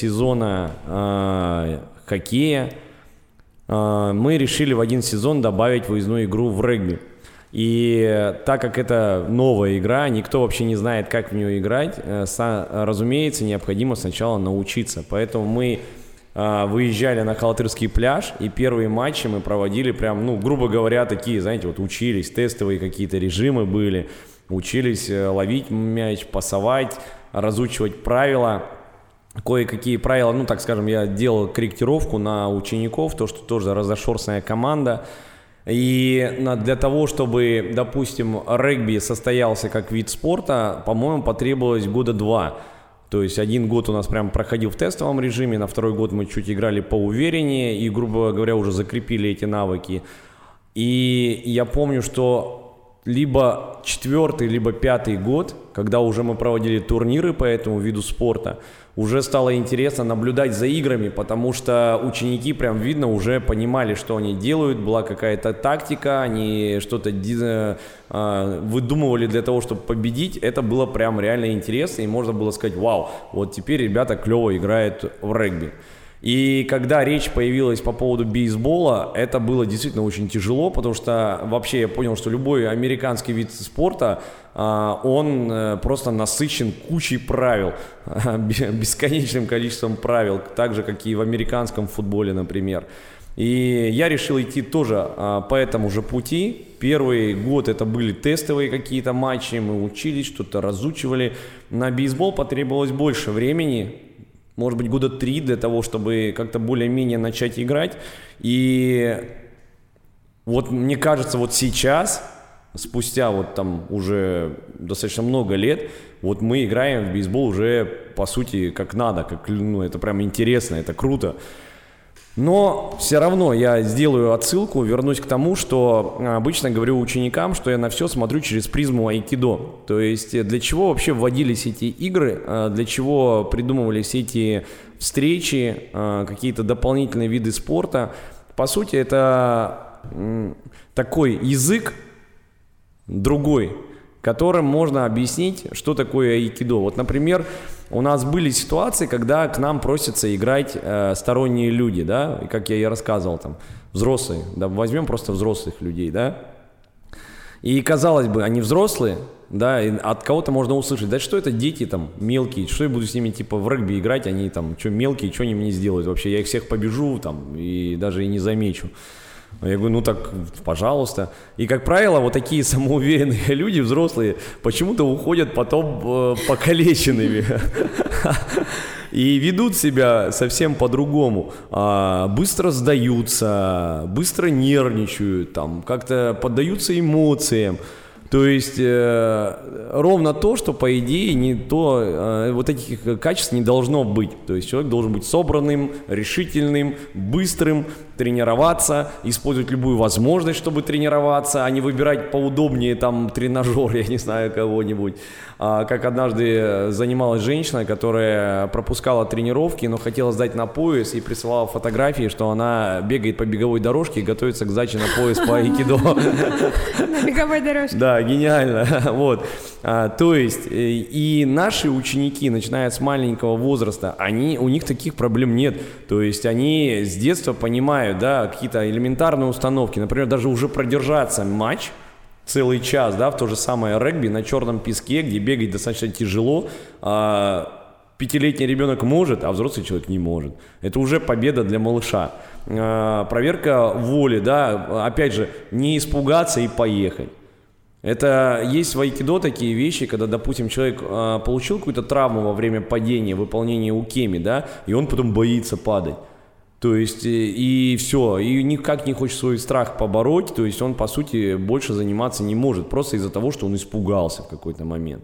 сезона хоккея, мы решили в один сезон добавить выездную игру в регби. И так как это новая игра, никто вообще не знает, как в нее играть, разумеется, необходимо сначала научиться. Поэтому мы выезжали на Халатырский пляж, и первые матчи мы проводили прям, грубо говоря, такие, знаете, учились, тестовые какие-то режимы были, учились ловить мяч, пасовать, разучивать правила. Кое-какие правила, так скажем, я делал корректировку на учеников, то, что тоже разношерстная команда. И для того, чтобы, допустим, регби состоялся как вид спорта, по-моему, потребовалось 2 года. То есть 1 год у нас прям проходил в тестовом режиме, на 2-й год мы чуть играли поувереннее и, грубо говоря, уже закрепили эти навыки. И я помню, что либо 4-й, либо 5-й год, когда уже мы проводили турниры по этому виду спорта, уже стало интересно наблюдать за играми, потому что ученики прям видно уже понимали, что они делают, была какая-то тактика, они что-то выдумывали для того, чтобы победить. Это было прям реально интересно, и можно было сказать: вау, вот теперь ребята клево играют в регби. И когда речь появилась по поводу бейсбола, это было действительно очень тяжело, потому что вообще я понял, что любой американский вид спорта, он просто насыщен кучей правил, бесконечным количеством правил, так же, как и в американском футболе, например. И я решил идти тоже по этому же пути. Первый год это были тестовые какие-то матчи, мы учились, что-то разучивали. На бейсбол потребовалось больше времени, может быть, 3 года для того, чтобы как-то более-менее начать играть. И мне кажется, сейчас, спустя уже достаточно много лет, мы играем в бейсбол уже, по сути, как надо, это прям интересно, это круто. Но все равно я сделаю отсылку, вернусь к тому, что обычно говорю ученикам, что я на все смотрю через призму айкидо. То есть для чего вообще вводились эти игры, для чего придумывались эти встречи, какие-то дополнительные виды спорта. По сути, это такой язык другой, которым можно объяснить, что такое айкидо. Например, у нас были ситуации, когда к нам просятся играть сторонние люди, да, и как я и рассказывал, взрослые, да, возьмем просто взрослых людей, да, и казалось бы, они взрослые, да, и от кого-то можно услышать: да что это дети мелкие, что я буду с ними в регби играть, они что мелкие, что они мне сделают вообще, я их всех побежу и даже и не замечу. Я говорю: так, пожалуйста. И, как правило, такие самоуверенные люди, взрослые, почему-то уходят потом покалеченными и ведут себя совсем по-другому. Быстро сдаются, быстро нервничают, как-то поддаются эмоциям. То есть ровно то, что, по идее, этих качеств не должно быть. То есть человек должен быть собранным, решительным, быстрым, тренироваться, использовать любую возможность, чтобы тренироваться, а не выбирать поудобнее тренажер, я не знаю, кого-нибудь. Как однажды занималась женщина, которая пропускала тренировки, но хотела сдать на пояс и присылала фотографии, что она бегает по беговой дорожке и готовится к сдаче на пояс по айкидо. На беговой дорожке. Да, Да, гениально. Вот. То есть и наши ученики, начиная с маленького возраста, у них таких проблем нет. То есть они с детства понимают, да, какие-то элементарные установки. Например, даже уже продержаться матч целый час, да, в то же самое регби на черном песке, где бегать достаточно тяжело. 5-летний ребенок может, а взрослый человек не может. Это уже победа для малыша. Проверка воли, да, опять же, не испугаться и поехать. Это есть в айкидо такие вещи, когда, допустим, человек получил какую-то травму во время падения, выполнения укеми, да, и он потом боится падать. То есть, и все, и никак не хочет свой страх побороть, то есть он, по сути, больше заниматься не может, просто из-за того, что он испугался в какой-то момент.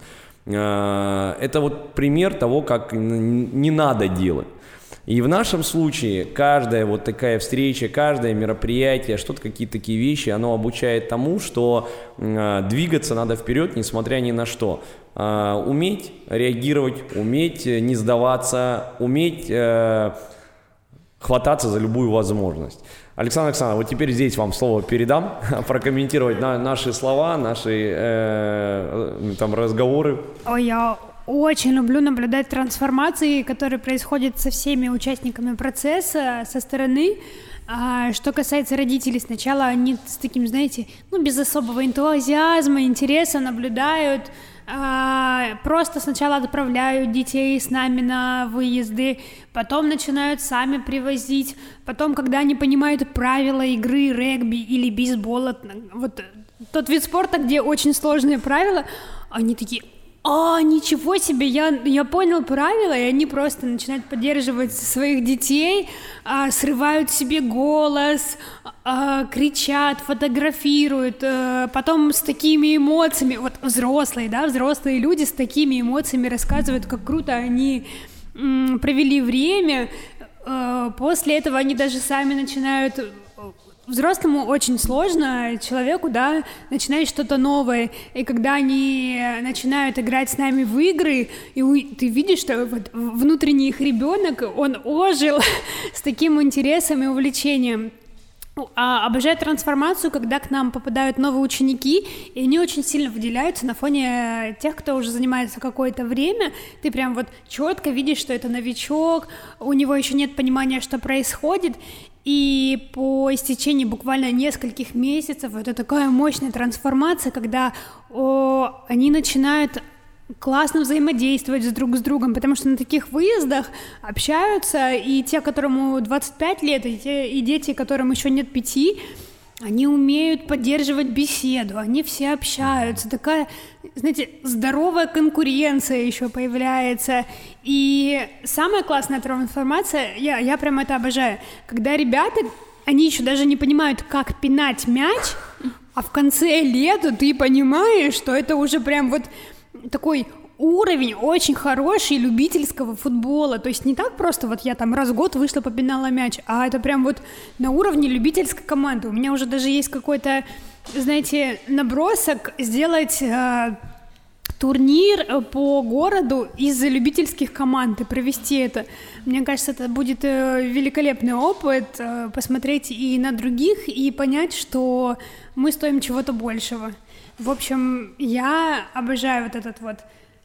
Это вот пример того, как не надо делать. И в нашем случае каждая вот такая встреча, каждое мероприятие, что-то, какие-то такие вещи, оно обучает тому, что двигаться надо вперед, несмотря ни на что. Уметь реагировать, уметь не сдаваться, уметь хвататься за любую возможность. Александр Александрович, вот теперь здесь вам слово передам, прокомментировать наши слова, наши там разговоры. Ой, я очень люблю наблюдать трансформации, которые происходят со всеми участниками процесса со стороны. Что касается родителей, сначала они с таким, знаете, без особого энтузиазма, интереса наблюдают, просто сначала отправляют детей с нами на выезды, потом начинают сами привозить, потом, когда они понимают правила игры регби или бейсбола, вот тот вид спорта, где очень сложные правила, они такие: ничего себе, я понял правила, и они просто начинают поддерживать своих детей, срывают себе голос, кричат, фотографируют, потом с такими эмоциями, вот взрослые люди с такими эмоциями рассказывают, как круто они провели время. После этого они даже сами начинают... Взрослому очень сложно, человеку, да, начинать что-то новое, и когда они начинают играть с нами в игры, и ты видишь, что вот внутренний их ребенок, он ожил с таким интересом и увлечением. Обожаю трансформацию, когда к нам попадают новые ученики, и они очень сильно выделяются на фоне тех, кто уже занимается какое-то время. Ты прям вот четко видишь, что это новичок, у него еще нет понимания, что происходит. И по истечении буквально нескольких месяцев это такая мощная трансформация, когда они начинают классно взаимодействовать друг с другом, потому что на таких выездах общаются и те, которому 25 лет, и дети, которым еще нет 5, они умеют поддерживать беседу, они все общаются, такая, знаете, здоровая конкуренция еще появляется. И самая классная трансформация, я прям это обожаю, когда ребята, они еще даже не понимают, как пинать мяч, а в конце лета ты понимаешь, что это уже прям вот такой уровень очень хороший любительского футбола, то есть не так просто вот я там раз в год вышла, попинала мяч, а это прям вот на уровне любительской команды. У меня уже даже есть какой-то, знаете, набросок сделать турнир по городу из любительских команд и провести это. Мне кажется, это будет великолепный опыт, посмотреть и на других, и понять, что мы стоим чего-то большего. В общем, я обожаю вот этот вот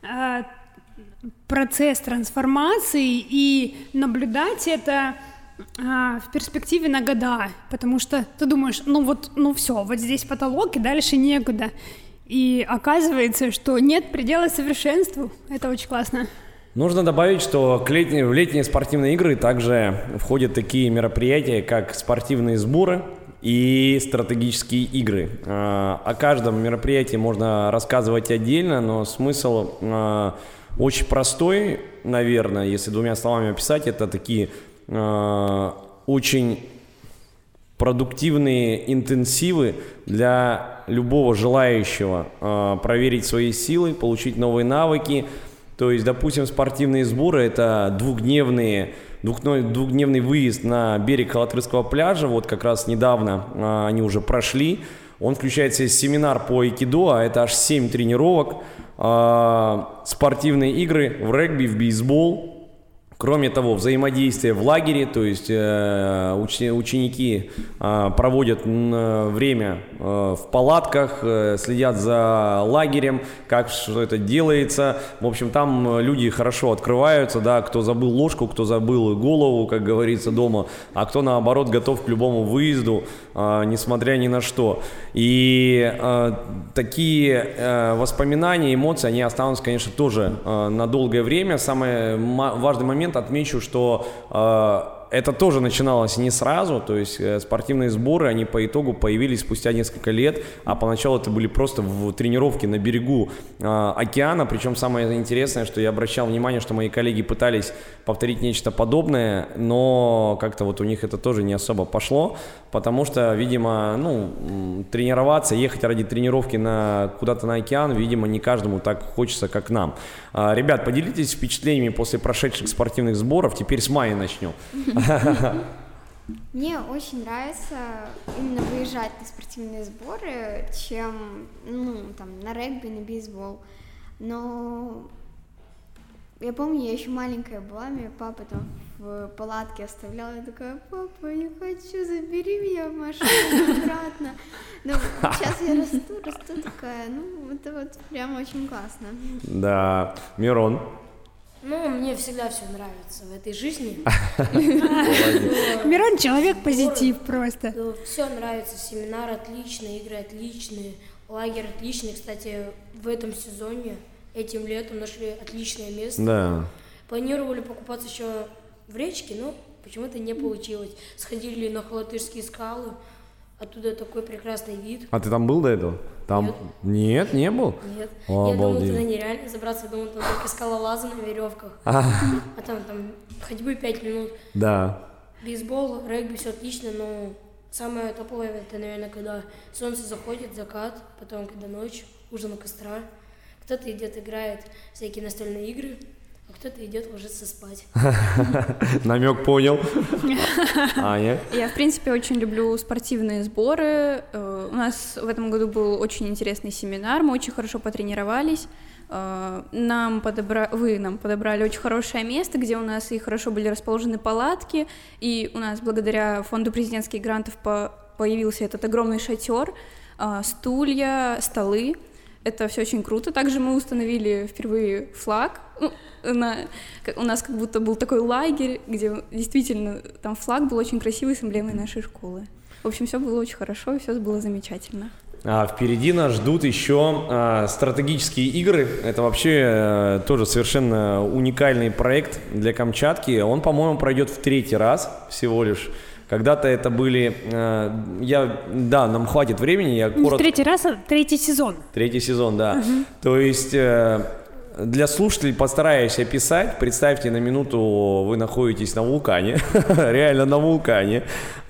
процесс трансформации и наблюдать это в перспективе на года, потому что ты думаешь, все, вот здесь потолок и дальше некуда. И оказывается, что нет предела совершенству. Это очень классно. Нужно добавить, что в летние спортивные игры также входят такие мероприятия, как спортивные сборы и стратегические игры. О каждом мероприятии можно рассказывать отдельно, но смысл очень простой, наверное, если двумя словами описать, это такие очень продуктивные интенсивы для любого желающего проверить свои силы, получить новые навыки. То есть, допустим, спортивные сборы – это двухдневный выезд на берег Халатырского пляжа. Вот как раз недавно они уже прошли. Он включает в себя семинар по айкидо, а это аж 7 тренировок, спортивные игры в регби, в бейсбол. Кроме того, взаимодействие в лагере, то есть ученики проводят время в палатках, следят за лагерем, как что это делается. В общем, там люди хорошо открываются, да, кто забыл ложку, кто забыл голову, как говорится, дома, а кто, наоборот, готов к любому выезду, несмотря ни на что. И такие воспоминания, эмоции, они останутся, конечно, тоже на долгое время. Самый важный момент отмечу, что это тоже начиналось не сразу, то есть спортивные сборы, они по итогу появились спустя несколько лет, а поначалу это были просто тренировки на берегу океана, причем самое интересное, что я обращал внимание, что мои коллеги пытались повторить нечто подобное, но как-то вот у них это тоже не особо пошло, потому что, видимо, тренироваться, ехать ради тренировки куда-то на океан, видимо, не каждому так хочется, как нам. Ребят, поделитесь впечатлениями после прошедших спортивных сборов, теперь с Майи начнем. Мне очень нравится именно выезжать на спортивные сборы, чем на регби, на бейсбол. Но я помню, я еще маленькая была, меня папа там в палатке оставлял, я такая: папа, я хочу, забери меня в машину обратно. Но сейчас я расту такая, это вот прям очень классно. Да, Мирон. Мне всегда все нравится в этой жизни. Мирон человек-позитив просто. Все нравится, семинар отличный, игры отличные, лагерь отличный. Кстати, в этом сезоне, этим летом нашли отличное место. Да. Планировали покупаться еще в речке, но почему-то не получилось. Сходили на Халатырские скалы, оттуда такой прекрасный вид. А ты там был до этого? Там? Нет, не был? Нет. О, я думал, обалдеть. туда нереально забраться, думал, там только скалолазы на веревках. А там ходьбы 5 минут. Да. Бейсбол, регби, все отлично, но самое топовое, это, наверное, когда солнце заходит, закат, потом, когда ночь, ужин у костра. Кто-то идет, играет всякие настольные игры, а кто-то идет ложиться спать. Намек понял. Аня? Я, в принципе, очень люблю спортивные сборы. У нас в этом году был очень интересный семинар, мы очень хорошо потренировались. Вы нам подобрали очень хорошее место, где у нас и хорошо были расположены палатки, и у нас благодаря фонду президентских грантов появился этот огромный шатер, стулья, столы. Это все очень круто. Также мы установили впервые флаг. У нас как будто был такой лагерь, где действительно там флаг был очень красивый с эмблемой нашей школы. В общем, все было очень хорошо, и все было замечательно. Впереди нас ждут еще стратегические игры. Это вообще тоже совершенно уникальный проект для Камчатки. Он, по-моему, пройдет в 3-й раз всего лишь. Когда-то это были... нам хватит времени. В 3-й раз, 3-й сезон. 3-й сезон, да. То есть... Для слушателей постараюсь описать. Представьте, на минуту вы находитесь на вулкане, реально на вулкане.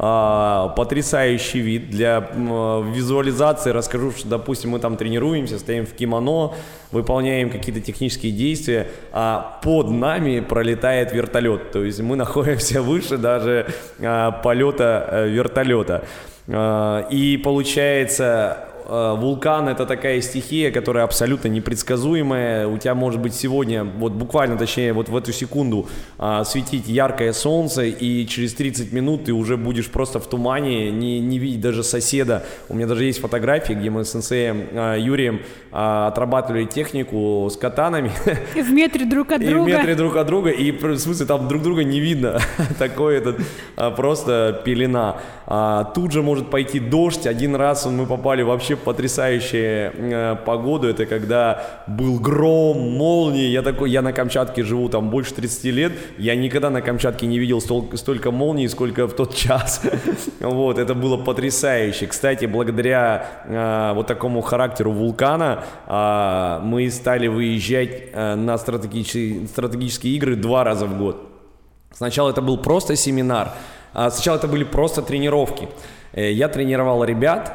Потрясающий вид. Для визуализации расскажу, что, допустим, мы там тренируемся, стоим в кимоно, выполняем какие-то технические действия, а под нами пролетает вертолет. То есть мы находимся выше даже полета вертолета. И получается... Вулкан — это такая стихия, которая абсолютно непредсказуемая. У тебя может быть сегодня, вот буквально, точнее, вот в эту секунду светить яркое солнце, и через 30 минут ты уже будешь просто в тумане, не видеть даже соседа. У меня даже есть фотографии, где мы с сенсеем Юрием отрабатывали технику с катанами. И в метре друг от друга. И в смысле там друг друга не видно. Такой просто пелена. Тут же может пойти дождь. Один раз мы попали вообще в потрясающую погоду. Это когда был гром, молнии. Я на Камчатке живу там больше 30 лет. Я никогда на Камчатке не видел столько молний, сколько в тот час. Вот, это было потрясающе. Кстати, благодаря вот такому характеру вулкана мы стали выезжать на стратегические игры 2 раза в год. Сначала это был просто семинар. Сначала это были просто тренировки. Я тренировал ребят,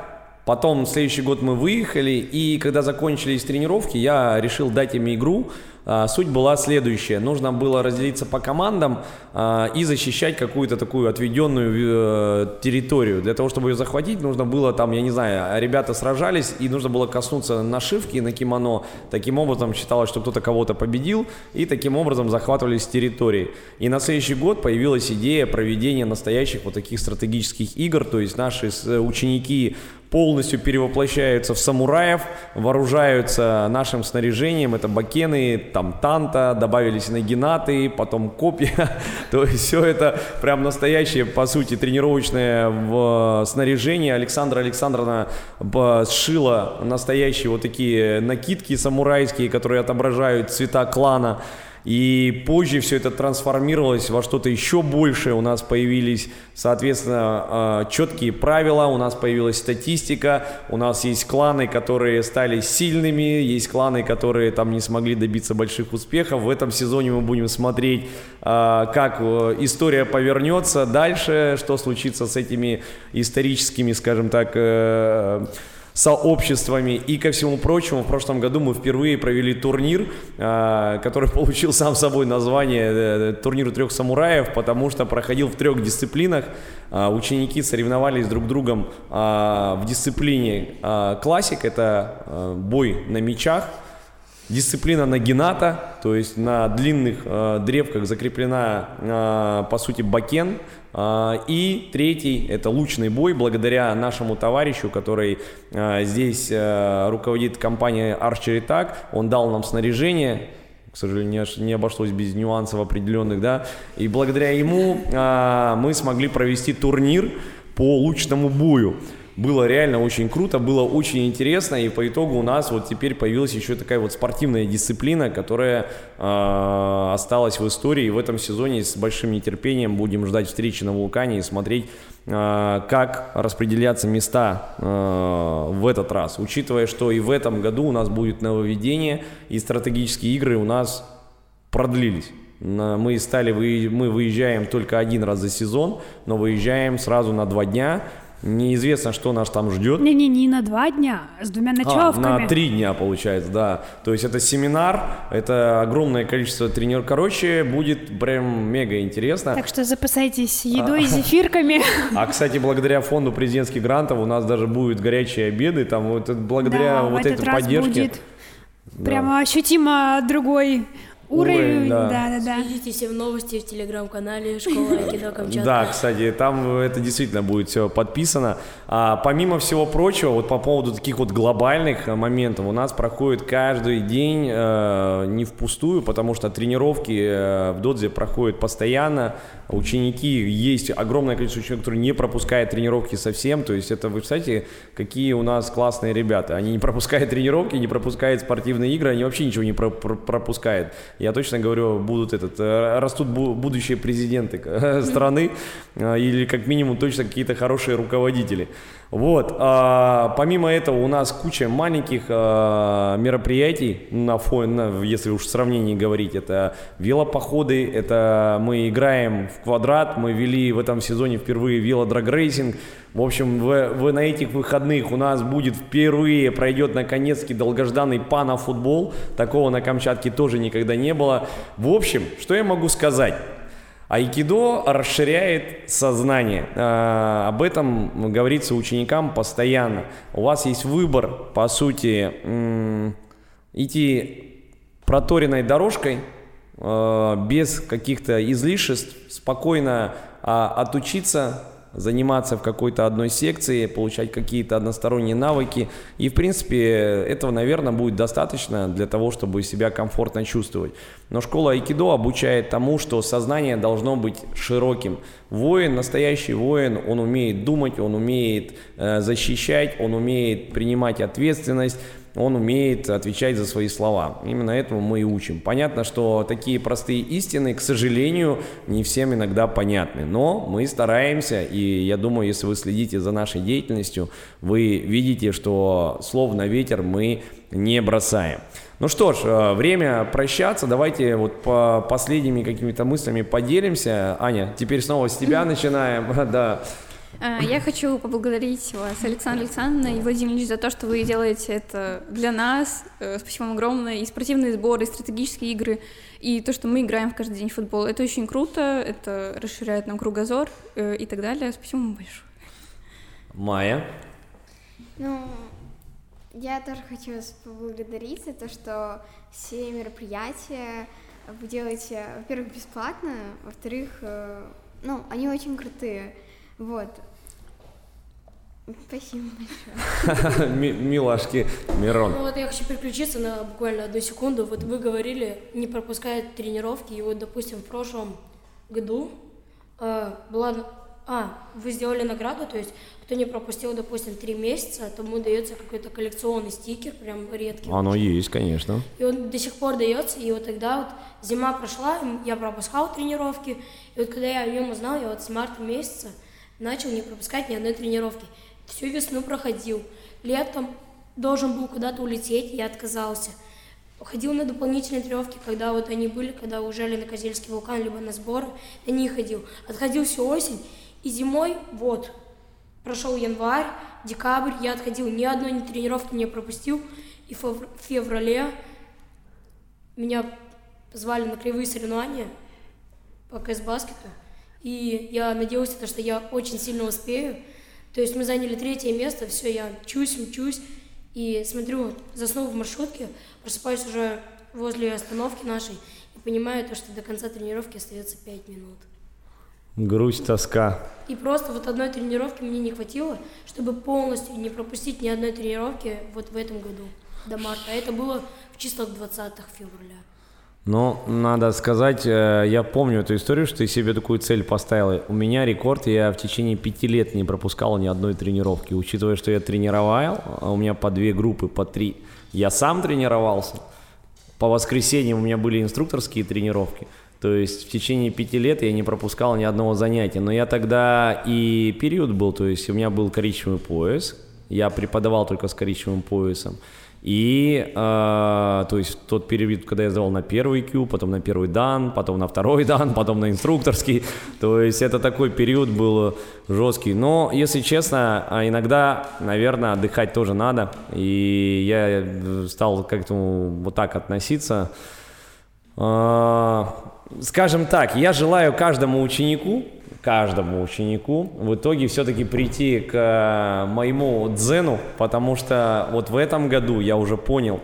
Потом в следующий год мы выехали, и когда закончились тренировки, я решил дать им игру. Суть была следующая. Нужно было разделиться по командам и защищать какую-то такую отведенную территорию. Для того, чтобы ее захватить, нужно было там, я не знаю, ребята сражались, и нужно было коснуться нашивки на кимоно. Таким образом считалось, что кто-то кого-то победил, и таким образом захватывались территории. И на следующий год появилась идея проведения настоящих вот таких стратегических игр. То есть наши ученики полностью перевоплощаются в самураев, вооружаются нашим снаряжением, это бакены, там танта, добавились нагинаты, потом копья, то есть все это прям настоящее, по сути, тренировочное снаряжение. Александра Александровна сшила настоящие вот такие накидки самурайские, которые отображают цвета клана. И позже все это трансформировалось во что-то еще большее. У нас появились, соответственно, четкие правила, у нас появилась статистика, у нас есть кланы, которые стали сильными, есть кланы, которые там не смогли добиться больших успехов. В этом сезоне мы будем смотреть, как история повернется дальше, что случится с этими историческими, скажем так, сообществами. И ко всему прочему, в прошлом году мы впервые провели турнир, который получил сам собой название «Турнир трех самураев», потому что проходил в 3 дисциплинах. Ученики соревновались друг с другом в дисциплине классик, это бой на мечах, дисциплина нагината, то есть на длинных древках закреплена, по сути, бакен. И 3 это лучный бой, благодаря нашему товарищу, который здесь руководит компанией Archery Tag. Он дал нам снаряжение, к сожалению, не обошлось без нюансов определенных, да. И благодаря ему мы смогли провести турнир по лучному бою. Было реально очень круто, было очень интересно, и по итогу у нас вот теперь появилась еще такая вот спортивная дисциплина, которая осталась в истории. И в этом сезоне с большим нетерпением будем ждать встречи на вулкане и смотреть, как распределяться места в этот раз. Учитывая, что и в этом году у нас будет нововведение, и стратегические игры у нас продлились. Мы выезжаем только 1 раз за сезон, но выезжаем сразу на 2 дня. Неизвестно, что нас там ждет. Не на 2 дня, с 2 ночевками. На 3 дня, получается, да. То есть это семинар, это огромное количество тренеров. Короче, будет прям мега интересно. Так что запасайтесь едой и зефирками. Кстати, благодаря фонду президентских грантов у нас даже будут горячие обеды. Там вот благодаря вот этой поддержке. Будет прямо ощутимо другой уровень, да. Следите все в новости в телеграм-канале «Школа айкидо Камчатка». Да, кстати, там это действительно будет все подписано. Помимо всего прочего, вот по поводу таких вот глобальных моментов, у нас проходит каждый день не впустую, потому что тренировки в додзе проходят постоянно. Ученики, есть огромное количество учеников, которые не пропускают тренировки совсем. То есть это, вы представляете, какие у нас классные ребята. Они не пропускают тренировки, не пропускают спортивные игры, они вообще ничего не пропускают. Я точно говорю, растут будущие президенты страны или как минимум точно какие-то хорошие руководители. Вот. Помимо этого у нас куча маленьких мероприятий, если уж в сравнении говорить, это велопоходы, это мы играем в квадрат, мы вели в этом сезоне впервые велодраг-рейсинг. В общем, на этих выходных у нас будет впервые, пройдет наконец-таки долгожданный панафутбол. Такого на Камчатке тоже никогда не было. В общем, что я могу сказать? Айкидо расширяет сознание. Об этом говорится ученикам постоянно. У вас есть выбор, по сути, идти проторенной дорожкой, без каких-то излишеств, спокойно отучиться, заниматься в какой-то одной секции, получать какие-то односторонние навыки. И, в принципе, этого, наверное, будет достаточно для того, чтобы себя комфортно чувствовать. Но школа айкидо обучает тому, что сознание должно быть широким. Воин, настоящий воин, он умеет думать, он умеет защищать, он умеет принимать ответственность, он умеет отвечать за свои слова. Именно этому мы и учим. Понятно, что такие простые истины, к сожалению, не всем иногда понятны. Но мы стараемся, и я думаю, если вы следите за нашей деятельностью, вы видите, что слов на ветер мы не бросаем. Ну что ж, время прощаться. Давайте вот по последними какими-то мыслями поделимся. Аня, теперь снова с тебя начинаем. Да. Я хочу поблагодарить вас, Александра Александровна и Владимир Ильич, за то, что вы делаете это для нас. Спасибо вам огромное. И спортивные сборы, и стратегические игры, и то, что мы играем в каждый день в футбол. Это очень круто, это расширяет нам кругозор и так далее. Спасибо вам большое. Майя? Я тоже хочу вас поблагодарить за то, что все мероприятия вы делаете, во-первых, бесплатно, во-вторых, они очень крутые. Вот. Спасибо большое. Милашки, Мирон. Я хочу переключиться на буквально 1 секунду. Вот вы говорили, не пропускают тренировки, и вот, допустим, в прошлом году вы сделали награду, то есть кто не пропустил, допустим, 3 месяца, тому дается какой-то коллекционный стикер, прям редкий. Оно есть, конечно. И он до сих пор дается, и вот тогда вот зима прошла, я пропускал тренировки, и вот когда я о нем узнал, я вот с марта месяца начал не пропускать ни одной тренировки. Всю весну проходил, летом должен был куда-то улететь, я отказался. Ходил на дополнительные тренировки, когда вот они были, когда уезжали на Козельский вулкан, либо на сборы, я не ходил. Отходил всю осень, и зимой, прошел январь, декабрь, я отходил, ни одной тренировки не пропустил, и в феврале меня позвали на краевые соревнования по КС-баскету, и я надеялся, что я очень сильно успею. То есть мы заняли 3 место, все, я мчусь, и смотрю, заснул в маршрутке, просыпаюсь уже возле остановки нашей и понимаю, что до конца тренировки остается 5 минут. Грусть, тоска. И просто вот одной тренировки мне не хватило, чтобы полностью не пропустить ни одной тренировки вот в этом году до марта. А это было в числах 20 февраля. Надо сказать, я помню эту историю, что ты себе такую цель поставила. У меня рекорд, я в течение 5 лет не пропускал ни одной тренировки. Учитывая, что я тренировал, у меня по 2 группы, по 3. Я сам тренировался. По воскресеньям у меня были инструкторские тренировки. То есть в течение 5 лет я не пропускал ни одного занятия. Но я тогда и период был, то есть у меня был коричневый пояс. Я преподавал только с коричневым поясом. И, то есть в тот период, когда я сдавал на первый Q, потом на первый дан, потом на второй дан, потом на инструкторский, то есть это такой период был жесткий. Но, если честно, иногда, наверное, отдыхать тоже надо, и я стал как-то вот так относиться. Скажем так, я желаю каждому ученику в итоге все-таки прийти к моему дзену, потому что вот в этом году я уже понял,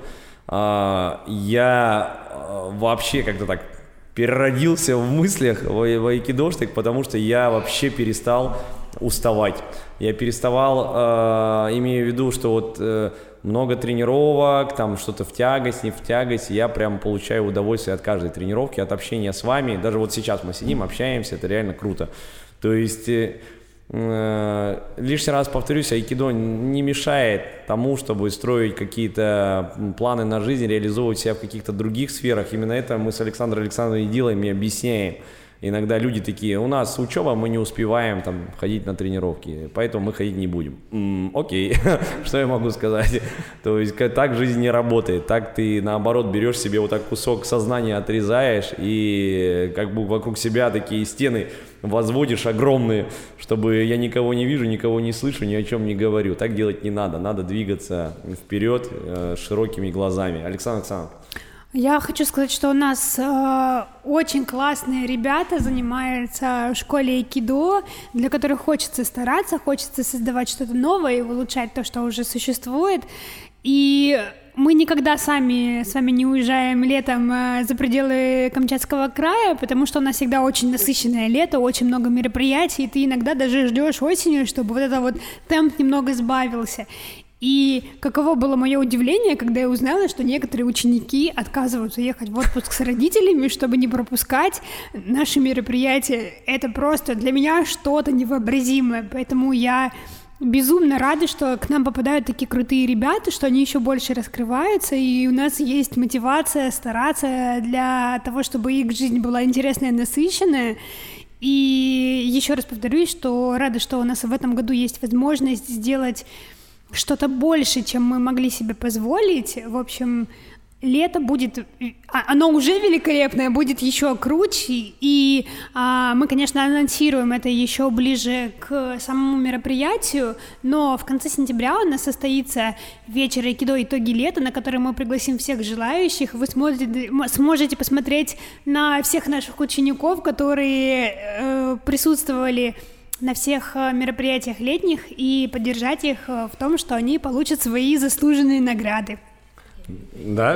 я вообще как-то так переродился в мыслях в айкидоштик, потому что я вообще перестал уставать. Я переставал, имею в виду, что вот много тренировок, там что-то в тягость, не в тягость, я прям получаю удовольствие от каждой тренировки, от общения с вами. Даже вот сейчас мы сидим, общаемся, это реально круто. То есть, лишний раз повторюсь, айкидо не мешает тому, чтобы строить какие-то планы на жизнь, реализовывать себя в каких-то других сферах. Именно это мы с Александром Александровной делаем и объясняем. Иногда люди такие: у нас учеба, мы не успеваем там ходить на тренировки, поэтому мы ходить не будем. Окей, что я могу сказать? То есть так жизнь не работает, так ты наоборот берешь себе вот так кусок сознания, отрезаешь и как бы вокруг себя такие стены возводишь огромные, чтобы я никого не вижу, никого не слышу, ни о чем не говорю. Так делать не надо, надо двигаться вперед широкими глазами. Александр Александрович. Я хочу сказать, что у нас очень классные ребята занимаются в школе айкидо, для которых хочется стараться, хочется создавать что-то новое и улучшать то, что уже существует. И мы никогда с вами не уезжаем летом за пределы Камчатского края, потому что у нас всегда очень насыщенное лето, очень много мероприятий, и ты иногда даже ждешь осенью, чтобы вот этот вот темп немного сбавился. И каково было мое удивление, когда я узнала, что некоторые ученики отказываются ехать в отпуск с родителями, чтобы не пропускать наши мероприятия. Это просто для меня что-то невообразимое, поэтому я безумно рада, что к нам попадают такие крутые ребята, что они еще больше раскрываются, и у нас есть мотивация стараться для того, чтобы их жизнь была интересная и насыщенная. И еще раз повторюсь, что рада, что у нас в этом году есть возможность сделать что-то больше, чем мы могли себе позволить. В общем, лето будет, оно уже великолепное, будет еще круче, и мы, конечно, анонсируем это еще ближе к самому мероприятию, но в конце сентября у нас состоится вечер айкидо «Итоги лета», на который мы пригласим всех желающих. Вы сможете посмотреть на всех наших учеников, которые присутствовали на всех мероприятиях летних, и поддержать их в том, что они получат свои заслуженные награды. Да?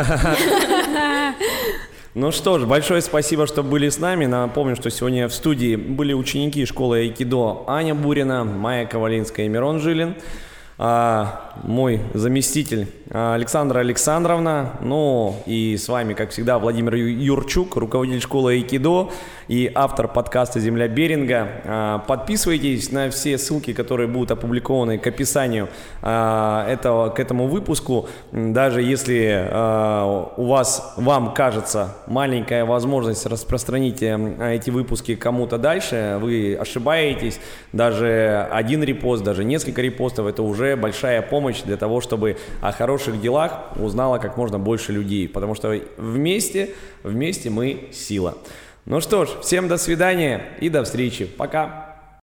Ну что ж, большое спасибо, что были с нами. Напомню, что сегодня в студии были ученики школы айкидо Аня Бурина, Майя Ковалинская и Мирон Жилин. Мой заместитель Александра Александровна, ну и с вами, как всегда, Владимир Юрчук, руководитель школы айкидо и автор подкаста «Земля Беринга». Подписывайтесь на все ссылки, которые будут опубликованы к описанию к этому выпуску. Даже если вам кажется маленькая возможность распространить эти выпуски кому-то дальше, вы ошибаетесь. Даже один репост, даже несколько репостов – это уже большая помощь для того, чтобы о хороших делах узнало как можно больше людей, потому что вместе мы сила. Ну что ж, всем до свидания и до встречи. Пока!